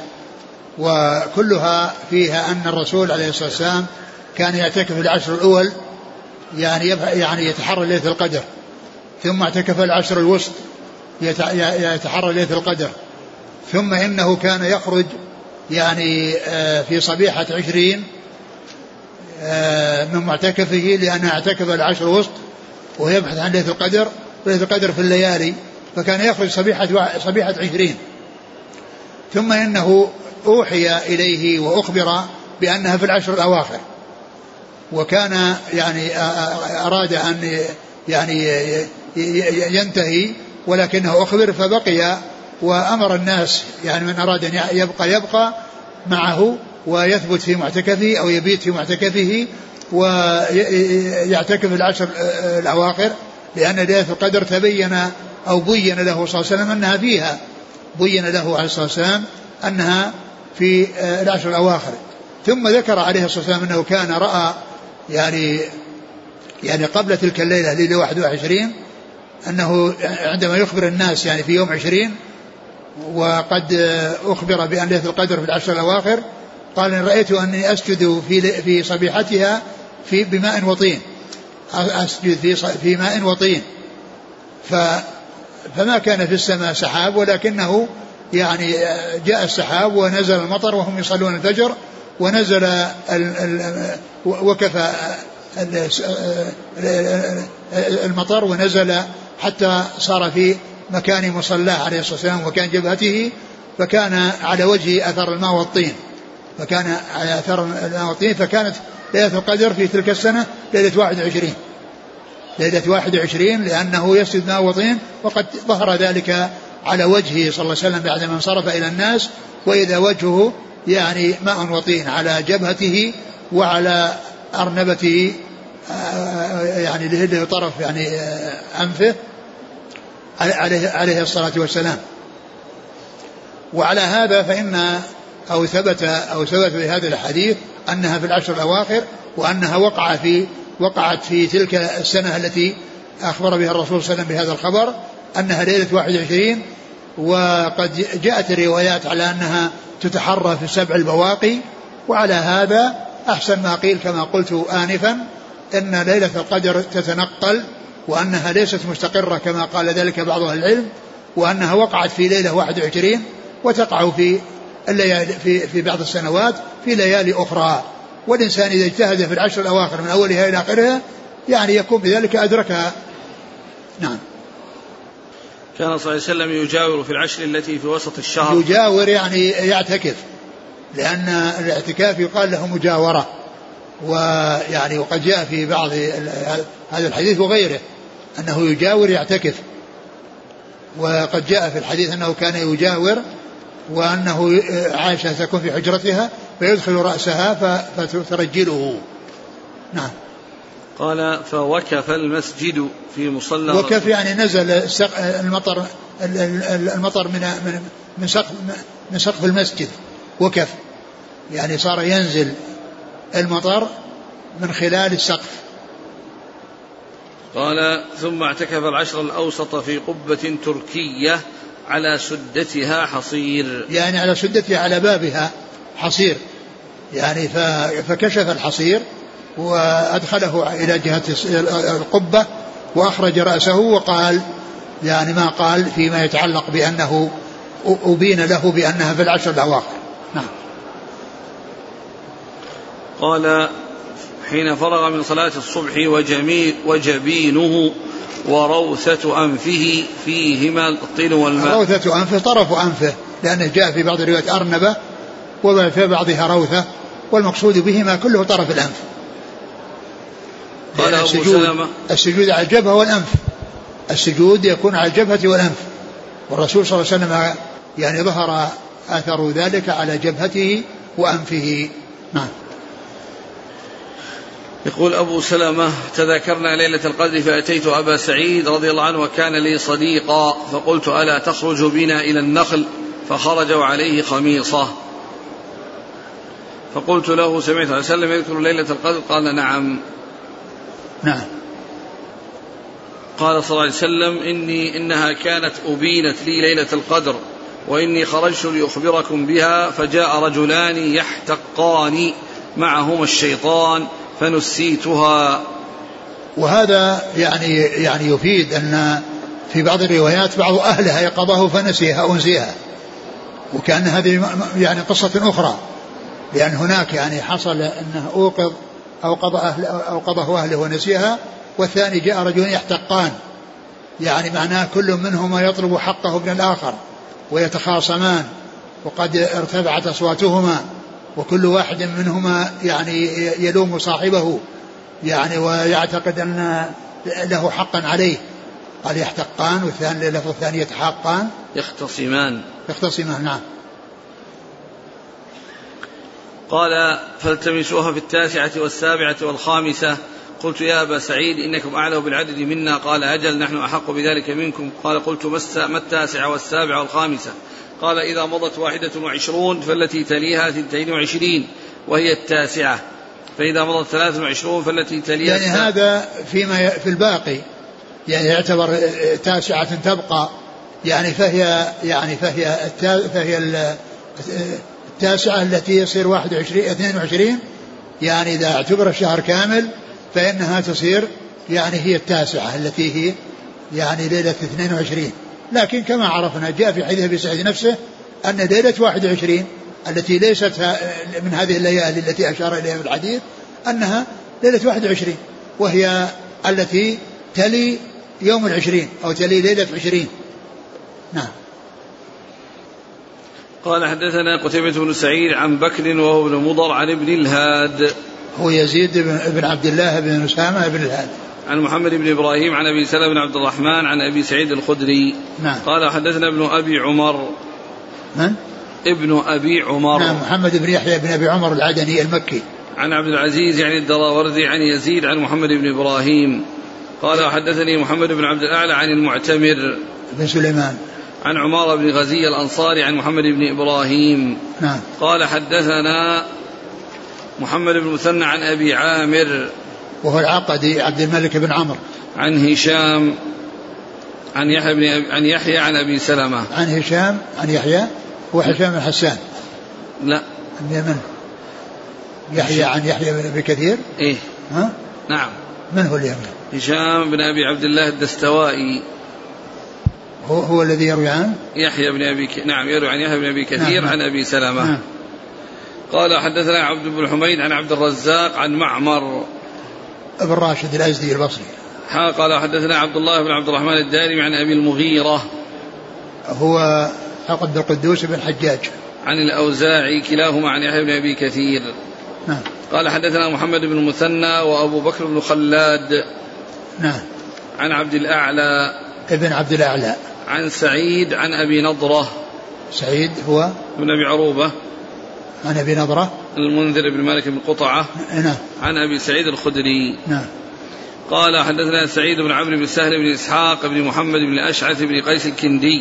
وكلها فيها أن الرسول عليه الصلاة والسلام كان يعتكف في العشر الأول يعني يعني يتحرى ليلة القدر، ثم اعتكف العشر الوسط يتحرى ليلة القدر، ثم إنه كان يخرج يعني في صبيحة عشرين من معتكفه لأنه اعتكف العشر الوسط ويبحث عن ليلة القدر. ليلة القدر في الليالي، فكان يخرج صبيحة صبيحة عشرين. ثم إنه أوحي إليه وأخبر بأنها في العشر الأواخر، وكان يعني أراد أن يعني ينتهي ولكنه أخبر فبقي، وأمر الناس يعني من أراد أن يبقى يبقى معه ويثبت في معتكفه أو يبيت في معتكفه ويعتكف العشر الأواخر، لأن ليلة القدر تبين أو بين له صلى الله عليه وسلم أنها فيها، بين له عليه الصلاة والسلام أنها في العشر الأواخر. ثم ذكر عليه الصلاة والسلام أنه كان رأى يعني يعني قبل تلك الليلة ليلة واحد وعشرين أنه عندما يخبر الناس يعني في يوم عشرين وقد أخبر بأن ليلة القدر في العشر الأواخر، قال إن رأيت أني أسجد في في صبيحتها في بماء وطين، أسجد في في ماء وطين، ف فما كان في السماء سحاب ولكنه يعني جاء السحاب ونزل المطر وهم يصلون الفجر، ونزل ال ال وكفى المطر ونزل حتى صار في مكان مصلاه عليه الصلاة والسلام وكان جبهته، فكان على وجهه أثر الماء والطين، فكان على أثر الماء والطين. فكانت ليلة القدر في تلك السنة ليلة واحد وعشرين ليلة واحد وعشرين لأنه يسجد ماء وطين، وقد ظهر ذلك على وجهه صلى الله عليه وسلم بعدما انصرف إلى الناس، وإذا وجهه يعني ماء وطين على جبهته وعلى أرنبته يعني اللي له طرف يعني أنفه عليه, عليه الصلاة والسلام. وعلى هذا فإن أو ثبت أو ثبت في هذا الحديث أنها في العشر الأواخر، وأنها وقع في وقعت في تلك السنة التي أخبر بها الرسول صلى الله عليه وسلم بهذا الخبر أنها ليلة واحد وعشرين. وقد جاءت الروايات على أنها تتحرى في السبع البواقي، وعلى هذا أحسن ما قيل كما قلت آنفا أن ليلة القدر تتنقل، وأنها ليست مستقرة كما قال ذلك بعض أهل العلم، وأنها وقعت في ليلة واحد وعشرين وتقع في الليالي في, في بعض السنوات في ليالي أخرى. والإنسان إذا اجتهد في العشر الأواخر من أولها إلى آخرها يعني يكون بذلك أدركها. نعم. كان صلى الله عليه وسلم يجاور في العشر التي في وسط الشهر. يجاور يعني يعتكف، لأن الاعتكاف يقال له مجاورة، ويعني وقد جاء في بعض هذا الحديث وغيره أنه يجاور يعتكف، وقد جاء في الحديث أنه كان يجاور وأنه عائشة تكون في حجرتها فيدخل رأسها فترجله. نعم. قال فوكف المسجد في مصلى. وكف يعني نزل المطر المطر من من سقف من سقف المسجد. وكف يعني صار ينزل المطر من خلال السقف. قال ثم اعتكف العشر الأوسط في قبة تركية على سدتها حصير. يعني على سدتها على بابها حصير، يعني فكشف الحصير وأدخله إلى جهة القبة وأخرج رأسه وقال يعني ما قال فيما يتعلق بأنه أبين له بأنها في العشر الأواخر. نعم. قال حين فرغ من صلاة الصبح وجميل وجبينه وروثة أنفه فيهما الطين والماء. روثة أنفه طرف أنفه، لأنه جاء في بعض الروايات أرنبة وفي بعضها روثة، والمقصود بهما كله طرف الأنف. قال أبو سلمة السجود على الجبهة والأنف، السجود يكون على الجبهة والأنف، والرسول صلى الله عليه وسلم يعني ظهر أثر ذلك على جبهته وأنفه. نعم. يقول أبو سلمة تذاكرنا ليلة القدر فأتيت أبا سعيد رضي الله عنه وكان لي صديقا فقلت ألا تخرج بنا إلى النخل؟ فخرج وعليه خميصة. فقلت له سمعت عليه وسلم يذكر ليلة القدر؟ قال نعم. نعم. قال صلى الله عليه وسلم إني إنها كانت أبينت لي ليلة القدر وإني خرجت لأخبركم بها فجاء رجلان يحتقان معهما الشيطان فنسيتها. وهذا يعني يعني يفيد أن في بعض الروايات بعض أهلها يقظه فنسيها أنسيها، وكأن هذه يعني قصة أخرى، لأن هناك يعني حصل أنه أوقظ أو قضى أهل أو قضاه أهله ونسيها، والثاني جاء رجل يحتقان، يعني معناه كل منهما يطلب حقه من الآخر ويتخاصمان وقد ارتفعت أصواتهما وكل واحد منهما يعني يلوم صاحبه يعني ويعتقد أن له حقا عليه. قال يحتقان، والثاني اللفظ الثاني يتحاقان يختصمان يختصمان. نعم. قال فالتمسوها في التاسعة والسابعة والخامسة. قلت يا أبا سعيد إنكم أعلم بالعدد منا؟ قال أجل نحن أحق بذلك منكم. قال قلت ما التاسعة والسابعة والخامسة؟ قال إذا مضت واحدة وعشرون فالتي تليها ثنتين وعشرين وهي التاسعة، فإذا مضت ثلاث وعشرون فالتي تليها. يعني هذا فيما في الباقي يعني يعتبر تاسعة تبقى، يعني فهي يعني فهي فهي التاسعة التي يصير واحد وعشرين اثنين وعشرين، يعني إذا اعتبر الشهر كامل فإنها تصير يعني هي التاسعة التي هي يعني ليلة اثنين وعشرين. لكن كما عرفنا جاء في حديث أبي سعيد نفسه أن ليلة واحد وعشرين التي ليست من هذه الليالي التي أشار إليها في الحديث أنها ليلة واحد وعشرين، وهي التي تلي يوم العشرين أو تلي ليلة عشرين. نعم. قال حدثنا قتيبة بن سعيد عن بكر وهو ابن مضر عن ابن الهاد هو يزيد بن عبد الله بن أسامة بن الهاد عن محمد بن إبراهيم عن أبي سلمة بن عبد الرحمن عن أبي سعيد الخدري. نعم. قال حدثنا ابن أبي عمر. من؟ ابن أبي عمر. نعم. محمد بن يحيى بن أبي عمر العدني المكي. عن عبد العزيز يعني الدراوردي عن يزيد عن محمد بن إبراهيم. قال حدثني محمد بن عبد الأعلى عن المعتمر بن سليمان عن عمارة بن غزي الأنصاري عن محمد بن إبراهيم. نعم. قال حدثنا محمد بن مثنى عن أبي عامر وهو العقدي عبد الملك بن عمرو عن هشام عن يحيى بن أبي عن يحيى عن أبي سلمة عن هشام عن يحيى هو هشام بن حسان. لا من يحيى عن يحيى بن أبي كثير. إيه ها نعم. من هو اليمن؟ هشام بن أبي عبد الله الدستوائي هو, هو الذي يروي عن يحيى بن أبي ك... نعم يروي عن يحيى بن أبي كثير. نعم. عن أبي سلمة. نعم. قال حدثنا عبد بن حميد عن عبد الرزاق عن معمر ابن راشد الأزدي البصري. قال حدثنا عبد الله بن عبد الرحمن الدارمي عن أبي المغيرة هو عبد القدوس بن حجاج عن الأوزاعي كلاهما عن يحيى بن أبي كثير. نعم. قال حدثنا محمد بن المثنى وأبو بكر بن خلاد. نعم. عن عبد الأعلى ابن عبد الأعلى عن سعيد عن أبي نضرة. سعيد هو بن أبي عروبة عن أبي نضرة المنذر بن مالك بن قطعة. نعم. عن أبي سعيد الخدري. نعم. قال حدثنا سعيد بن عمرو بن سهل بن إسحاق بن محمد بن الأشعث بن قيس الكندي.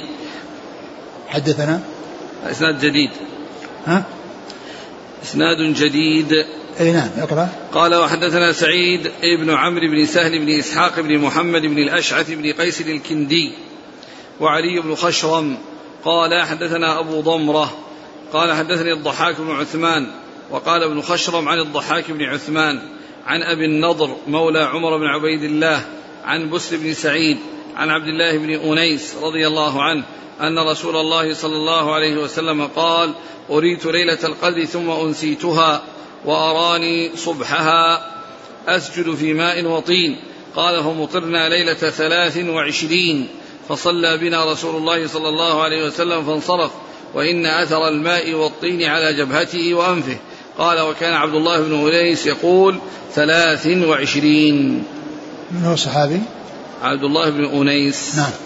حدثنا إسناد جديد. ها؟ إسناد جديد. أي نعم اقرأ. قال وحدثنا سعيد بن عمرو بن سهل بن إسحاق بن محمد بن الأشعث بن قيس الكندي وعلي بن خشرم قال حدثنا أبو ضمرة قال حدثني الضحاك بن عثمان وقال ابن خشرم عن الضحاك بن عثمان عن أبي النضر مولى عمر بن عبيد الله عن بسر بن سعيد عن عبد الله بن أنيس رضي الله عنه أن رسول الله صلى الله عليه وسلم قال أريت ليلة القدر ثم أنسيتها وأراني صبحها أسجد في ماء وطين. قال فمطرنا ليلة ثلاث وعشرين فصلى بنا رسول الله صلى الله عليه وسلم فانصرف وإن أثر الماء والطين على جبهته وأنفه. قال وكان عبد الله بن أنيس يقول ثلاث وعشرين. من هو الصحابي؟ عبد الله بن أنيس. نعم.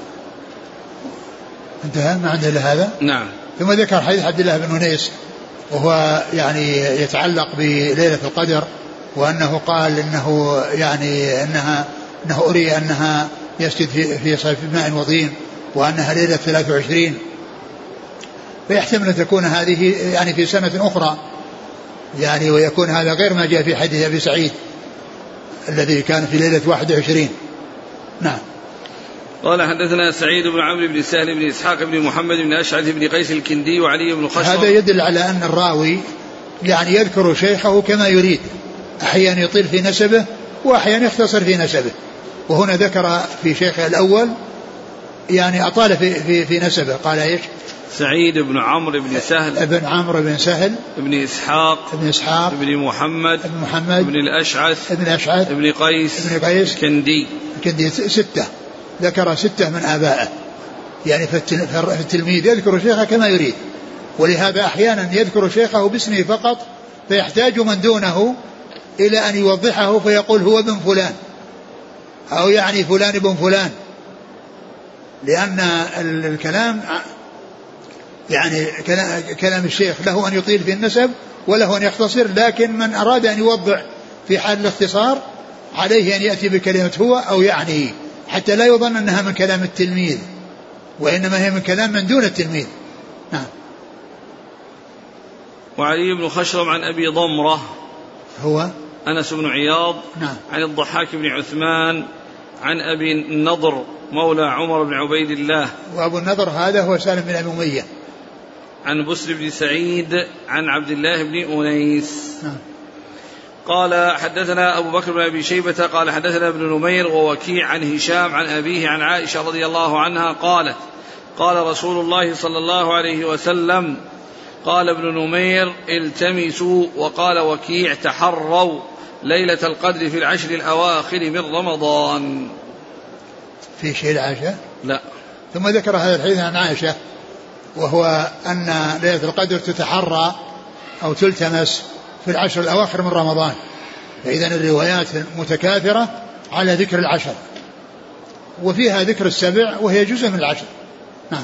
انتهى ما عنده إلا هذا. نعم. ثم ذكر حديث عبد الله بن أنيس وهو يعني يتعلق بليلة القدر وأنه قال إنه يعني أنها أنه أري أنها يسجد في في صيف ماء وطين وأنها ليلة ثلاث وعشرين فيحتمل أن تكون هذه يعني في سنة أخرى يعني ويكون هذا غير ما جاء في حديث أبي سعيد الذي كان في ليلة واحد وعشرين. نعم. قال حدثنا سعيد بن عمرو بن سهل بن إسحاق بن محمد بن أشعث بن قيس الكندي وعلي بن خشرم. هذا يدل على أن الراوي يعني يذكر شيخه كما يريد أحيانا يطيل في نسبه وأحيانا يختصر في نسبه وهنا ذكر في شيخه الأول يعني أطال في, في, في نسبه. قال إيش؟ سعيد بن عمرو بن سهل ابن عمرو بن سهل ابن إسحاق ابن إسحاق ابن محمد ابن محمد ابن الأشعث ابن الأشعث ابن قيس ابن قيس كندي. كندي ستة ذكر ستة من آبائه يعني فالتلميذ يذكر شيخه كما يريد ولهذا أحيانا يذكر شيخه باسمه فقط فيحتاج من دونه إلى أن يوضحه فيقول هو ابن فلان أو يعني فلان ابن فلان لأن الكلام يعني كلام الشيخ له أن يطيل في النسب وله أن يختصر لكن من أراد أن يوضح في حال الاختصار عليه أن يأتي بكلمة هو أو يعني حتى لا يظن أنها من كلام التلميذ وإنما هي من كلام من دون التلميذ. نعم. وعلي بن خشرم عن أبي ضمرة هو أنس بن عياض. نعم. عن الضحاك بن عثمان عن أبي النضر مولى عمر بن عبيد الله. وأبو النضر هذا هو سالم بن أبي أمية. عن بسر بن سعيد عن عبد الله بن أنيس. نعم. قال حدثنا أبو بكر بن أبي شيبة قال حدثنا ابن نمير ووكيع عن هشام عن أبيه عن عائشة رضي الله عنها قالت قال رسول الله صلى الله عليه وسلم قال ابن نمير التمسوا وقال وكيع تحروا ليلة القدر في العشر الأواخر من رمضان. في شيء العائشة؟ لا. ثم ذكر هذا الحديث عن عائشة وهو أن ليلة القدر تتحرى أو تلتمس في العشر الأواخر من رمضان فإذا الروايات متكاثرة على ذكر العشر وفيها ذكر السبع وهي جزء من العشر. نعم.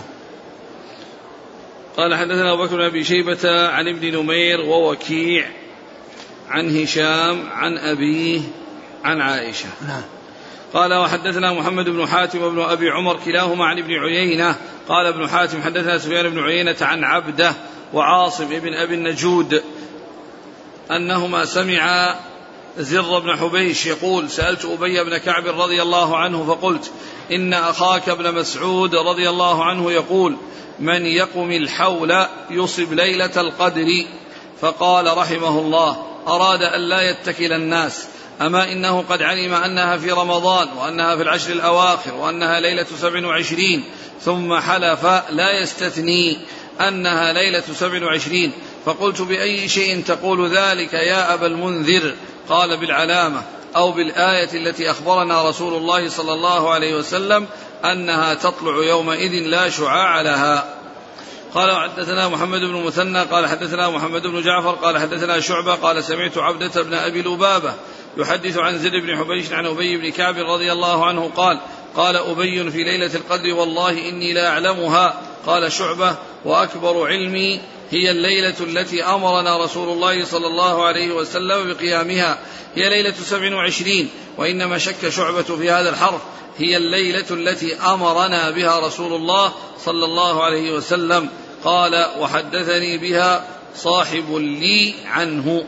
قال حدثنا أبو بكر بن أبي شيبة عن ابن نمير ووكيع عن هشام عن أبيه عن عائشة. نعم. قال وحدثنا محمد بن حاتم وابن أبي عمر كلاهما عن ابن عيينة قال ابن حاتم حدثنا سفيان بن عيينة عن عبده وعاصم ابن أبي النجود أنهما سمعا زر بن حبيش يقول سألت أبي بن كعب رضي الله عنه فقلت إن أخاك ابن مسعود رضي الله عنه يقول من يقم الحول يصب ليلة القدر فقال رحمه الله أراد أن لا يتكل الناس أما إنه قد علم أنها في رمضان وأنها في العشر الأواخر وأنها ليلة سبع وعشرين ثم حلف لا يستثني أنها ليلة سبع وعشرين، فقلت بأي شيء تقول ذلك يا أبا المنذر؟ قال بالعلامة أو بالآية التي أخبرنا رسول الله صلى الله عليه وسلم أنها تطلع يومئذ لا شعاع لها. قال حدثنا محمد بن مثنى قال حدثنا محمد بن جعفر قال حدثنا شعبة قال سمعت عبدة بن أبي لبابة يحدث عن زر بن حبيش عن أبي بن كعب رضي الله عنه قال قال أبي في ليلة القدر والله إني لا أعلمها. قال شعبة وأكبر علمي هي الليلة التي أمرنا رسول الله صلى الله عليه وسلم بقيامها، هي ليلة سبع وعشرين. وإنما شك شعبة في هذا الحرف، هي الليلة التي أمرنا بها رسول الله صلى الله عليه وسلم. قال وحدثني بها صاحب لي عنه.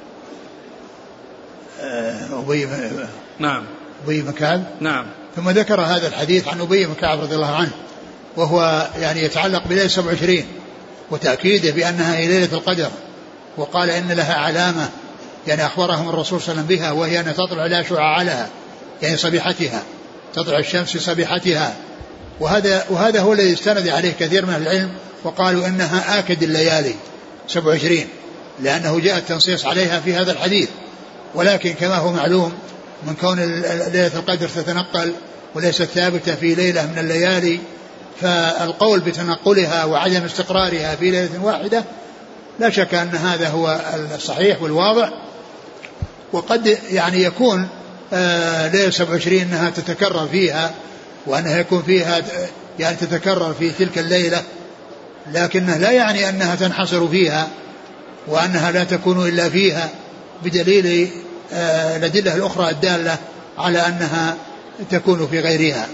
أبي نعم أبي بن كعب نعم. ثم ذكر هذا الحديث عن أبي بن كعب رضي الله عنه، وهو يعني يتعلق بليلة سبع وعشرين وتأكيده بأنها هي ليلة القدر، وقال إن لها علامة يعني أخبرهم الرسول صلى الله عليه وسلم بها، وهي أن تطلع لا شعاع لها يعني صبيحتها، تطلع الشمس في صبيحتها. وهذا وهذا هو الذي استند عليه كثير من العلم وقالوا إنها آكد الليالي سبع وعشرين، لأنه جاء التنصيص عليها في هذا الحديث. ولكن كما هو معلوم من كون ليلة القدر تتنقل وليست ثابتة في ليلة من الليالي، فالقول بتنقلها وعدم استقرارها في ليلة واحدة لا شك أن هذا هو الصحيح والواضح. وقد يعني يكون آه ليلة سبع وعشرين أنها تتكرر فيها، وأنها يكون فيها يعني تتكرر في تلك الليلة، لكنه لا يعني أنها تنحصر فيها وأنها لا تكون إلا فيها، بدليل آه الأدلة الأخرى الدالة على أنها تكون في غيرها.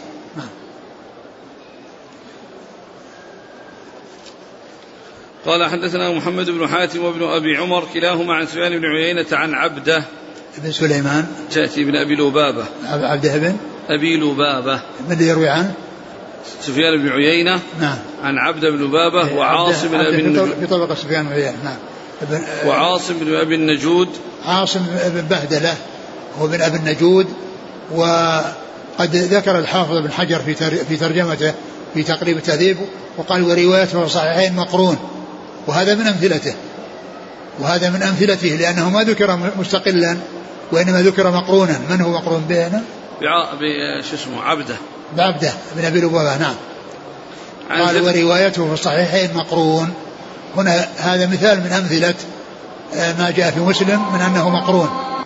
قال حدثنا محمد بن حاتم وابن أبي عمر كلاهما عن سفيان بن عيينة عن عبده بن سليمان تأتي بن أبي لبابة عبده بن أبي لبابة من اللي يروي عنه سفيان بن عيينة نعم عن عبده بن لبابة وعاصم بن أبي النجود في طبقة سفيان بن عيينة نعم وعاصم بن أبي النجود عاصم بن بهدلة هو بن أبي النجود. وقد ذكر الحافظ بن حجر في في ترجمته في تقريب التهذيب وقال وروايته صحيحين مقرون، وهذا من أمثلته وهذا من أمثلته لأنه ما ذكر مستقلا وإنما ذكر مقرونا. من هو مقرون بينه؟ بشو اسمه عبده بعبده بن أبي لبابة نعم. قال وروايته في الصحيحين مقرون. هنا هذا مثال من أمثلة ما جاء في مسلم من أنه مقرون.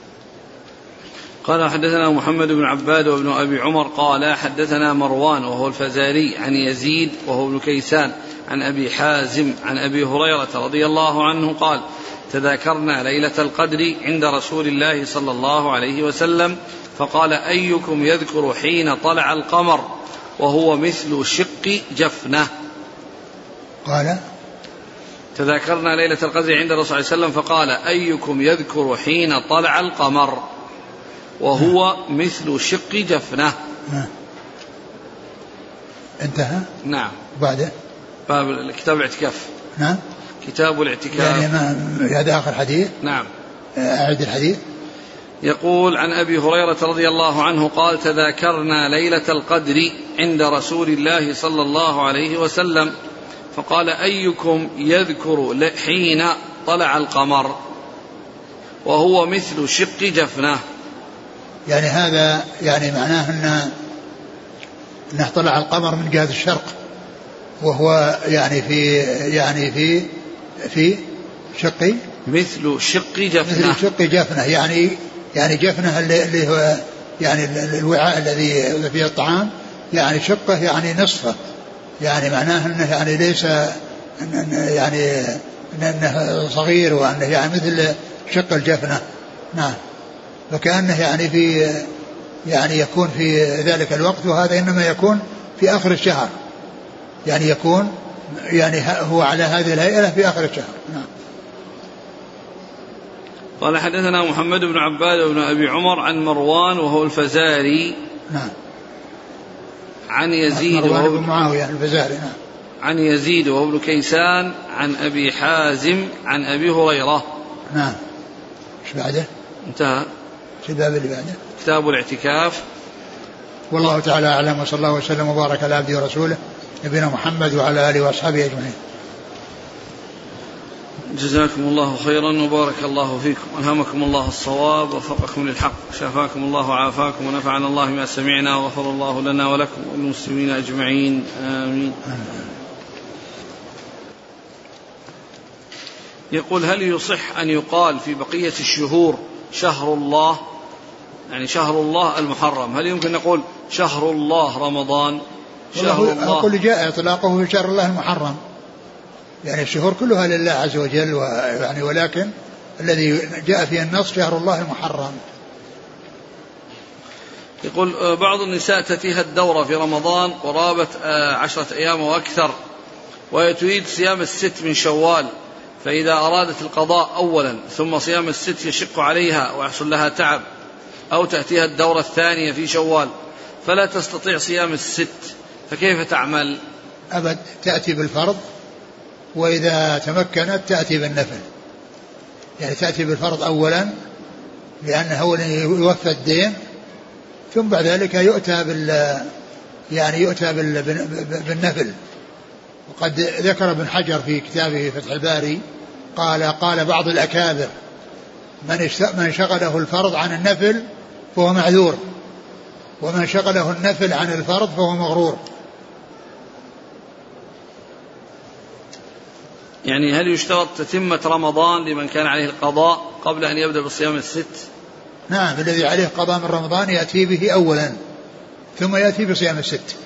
قال حدثنا محمد بن عباد وابن أبي عمر قال حدثنا مروان وهو الفزاري عن يزيد وهو ابن كيسان عن أبي حازم عن أبي هريرة رضي الله عنه قال تذاكرنا ليلة القدر عند رسول الله صلى الله عليه وسلم فقال أيكم يذكر حين طلع القمر وهو مثل شق جفنة. قال تذاكرنا ليلة القدر عند رسول الله صلى الله عليه وسلم فقال أيكم يذكر حين طلع القمر وهو مثل شق جفنة. انتهى نعم. بعده باب كتاب الاعتكاف نعم كتاب الاعتكاف يعني ما هذا آخر حديث. نعم أعد الحديث. يقول عن أبي هريرة رضي الله عنه قال تذاكرنا ليلة القدر عند رسول الله صلى الله عليه وسلم فقال أيكم يذكر حين طلع القمر وهو مثل شق جفنة. يعني هذا يعني معناه أن أنه طلع القمر من جهة الشرق وهو يعني في يعني في في شق مثل شق جفنة مثل شق جفنة يعني يعني جفنة اللي هو يعني الوعاء الذي فيه الطعام يعني شقه يعني نصفه يعني معناه أنه يعني ليس يعني أنه صغير وأنه يعني مثل شق الجفنة. نعم. فكأنه يعني في يعني يكون في ذلك الوقت وهذا إنما يكون في آخر الشهر يعني يكون يعني هو على هذه الهيئة في آخر الشهر. نعم. قال حدثنا محمد بن عباد وابن أبي عمر عن مروان وهو الفزاري نعم عن يزيد وهو بن معاوية الفزاري نعم عن يزيد وهو ابن كيسان عن أبي حازم عن أبي هريرة. نعم. ايش بعده؟ انتهى. في الباب اللي بعده كتاب الاعتكاف. والله تعالى أعلم وصلى الله وسلم وبارك على عبده ورسوله نبينا محمد وعلى آله وأصحابه أجمعين. جزاكم الله خيرا وبارك الله فيكم، ألهمكم الله الصواب ووفقكم للحق، شافاكم الله وعافاكم، ونفعنا الله ما سمعنا، وغفر الله لنا ولكم والمسلمين أجمعين، آمين. يقول: هل يصح أن يقال في بقية الشهور شهر الله، يعني شهر الله المحرم، هل يمكن نقول شهر الله رمضان؟ شهر الله أقول جاء إطلاقه في شهر الله المحرم، يعني الشهور كلها لله عز وجل، يعني ولكن الذي جاء فيه النص شهر الله المحرم. يقول: بعض النساء تأتيها الدورة في رمضان قرابة عشرة أيام وأكثر، وهي تريد صيام الست من شوال، فإذا أرادت القضاء أولا ثم صيام الست يشق عليها ويحصل لها تعب، أو تأتيها الدورة الثانية في شوال فلا تستطيع صيام الست، فكيف تعمل؟ أبد، تأتي بالفرض، وإذا تمكنت تأتي بالنفل، يعني تأتي بالفرض أولا لأنه هو يوفى الدين، ثم بعد ذلك يؤتى بال يعني يؤتى بال... بالنفل. وقد ذكر ابن حجر في كتابه فتح الباري قال قال بعض الأكابر: من من شغله الفرض عن النفل فهو معذور، ومن شغله النفل عن الفرض فهو مغرور. يعني هل يشترط تتمة رمضان لمن كان عليه القضاء قبل أن يبدأ بصيام الست؟ نعم، الذي عليه قضاء من رمضان يأتي به أولا ثم يأتي بصيام الست.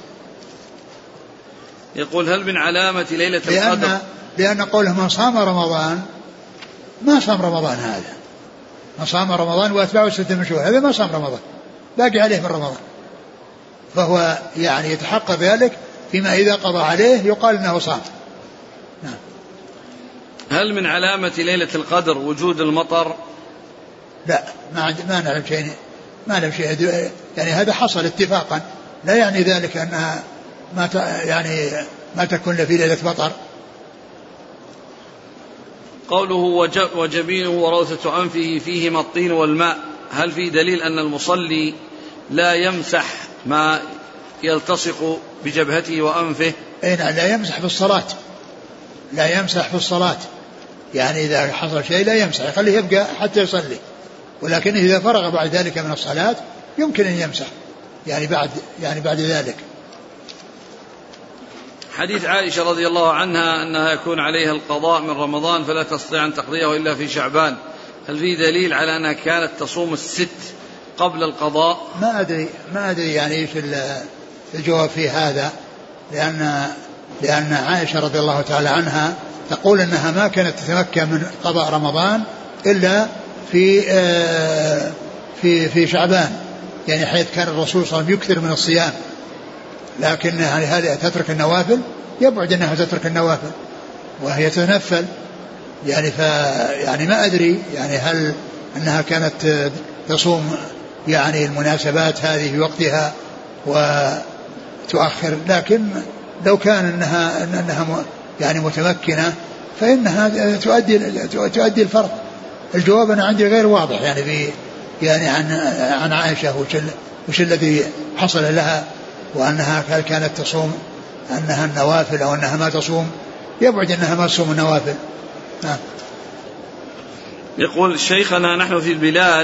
يقول: هل من علامة ليلة لأن القدر؟ لأن قوله من صام رمضان ما صام رمضان، هذا من صام رمضان وأتبعه ستة من شوال، هذا ما صام رمضان، باقي عليه من رمضان، فهو يعني يتحقق ذلك فيما إذا قضى عليه يقال أنه صام. نعم. هل من علامة ليلة القدر وجود المطر؟ لا، ما عند ما نعلم شيء، ما نعلم شيء، يعني هذا حصل اتفاقا، لا يعني ذلك أنها ما ت... يعني ما تكون في ليلة مطر. قوله وجبينه وروثة أنفه فيهما الطين والماء، هل في دليل أن المصلي لا يمسح ما يلتصق بجبهته وأنفه؟ أي نعم، لا يمسح في الصلاة، لا يمسح في الصلاة، يعني إذا حصل شيء لا يمسح، يخليه يبقى حتى يصلي، ولكن إذا فرغ بعد ذلك من الصلاة يمكن أن يمسح، يعني بعد يعني بعد ذلك. حديث عائشة رضي الله عنها أنها يكون عليها القضاء من رمضان فلا تستطيع أن تقضيه إلا في شعبان، هل في دليل على أنها كانت تصوم الست قبل القضاء؟ ما أدري ما أدري يعني إيش الجواب في هذا، لأن لأن عائشة رضي الله تعالى عنها تقول أنها ما كانت تتمكن من قضاء رمضان إلا في في في شعبان، يعني حيث كان الرسول صلى الله عليه وسلم يكثر من الصيام، لكن يعني هذه تترك النوافل، يبعد أنها تترك النوافل وهي تتنفل، يعني ف يعني ما أدري يعني هل أنها كانت تصوم يعني المناسبات هذه في وقتها وتؤخر، لكن لو كان أنها أنها يعني متمكنة فإنها تؤدي تؤدي الفرض. الجواب أنا عندي غير واضح يعني في يعني عن عن عائشة وش وش الذي حصل لها، وأنها هل كانت تصوم أنها النوافل أو أنها ما تصوم، يبعد أنها ما تصوم النوافل. نعم. يقول شيخنا: نحن في البلاد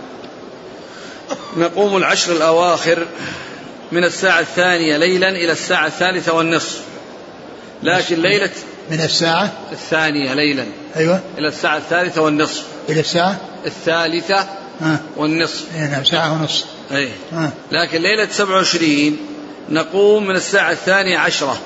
نقوم العشر الأواخر من الساعة الثانية ليلا إلى الساعة الثالثة والنصف، لكن ليلة من الساعة الثانية ليلا أيوة إلى الساعة الثالثة والنصف إلى الساعة الثالثة آه. والنصف. نعم، ساعة ونصف. أي. آه. لكن ليلة سبعة وعشرين نقوم من الساعة الثانية عشرة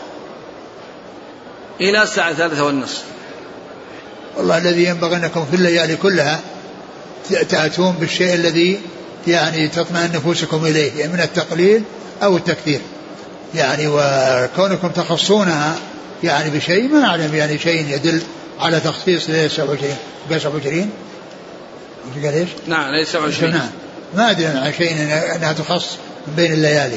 إلى الساعة الثالثة والنصف. والله الذي ينبغي أنكم في الليالي كلها تأتون بالشيء الذي يعني تطمئن نفوسكم إليه، يعني من التقليل أو التكثير، يعني وكونكم تخصونها يعني بشيء ما أعلم يعني شيء يدل على تخصيص ليلة سبعة وعشرين. قال سبعة وعشرين قال إيش؟ نعم ليلة سبعة وعشرين. نعم، ما أدري عن شيء أنها تخص من بين الليالي،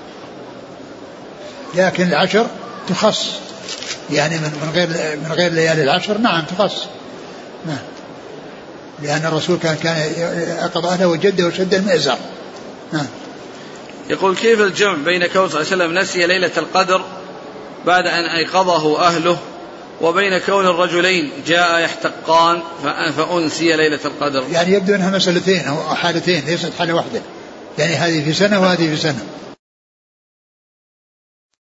لكن العشر تخص يعني من غير من غير ليالي العشر. نعم تخص. نعم، لأن الرسول كان كان يقضى أهله وجده وشد المئزر. نعم. يقول: كيف الجمع بين كون صلى الله عليه وسلم نسي ليلة القدر بعد أن أيقظه أهله، وبين كون الرجلين جاء يحتقان فأنسي ليلة القدر. يعني يبدو أنها مسألتين أو حالتين ليست حالة واحدة، يعني هذه في سنة وهذه في سنة.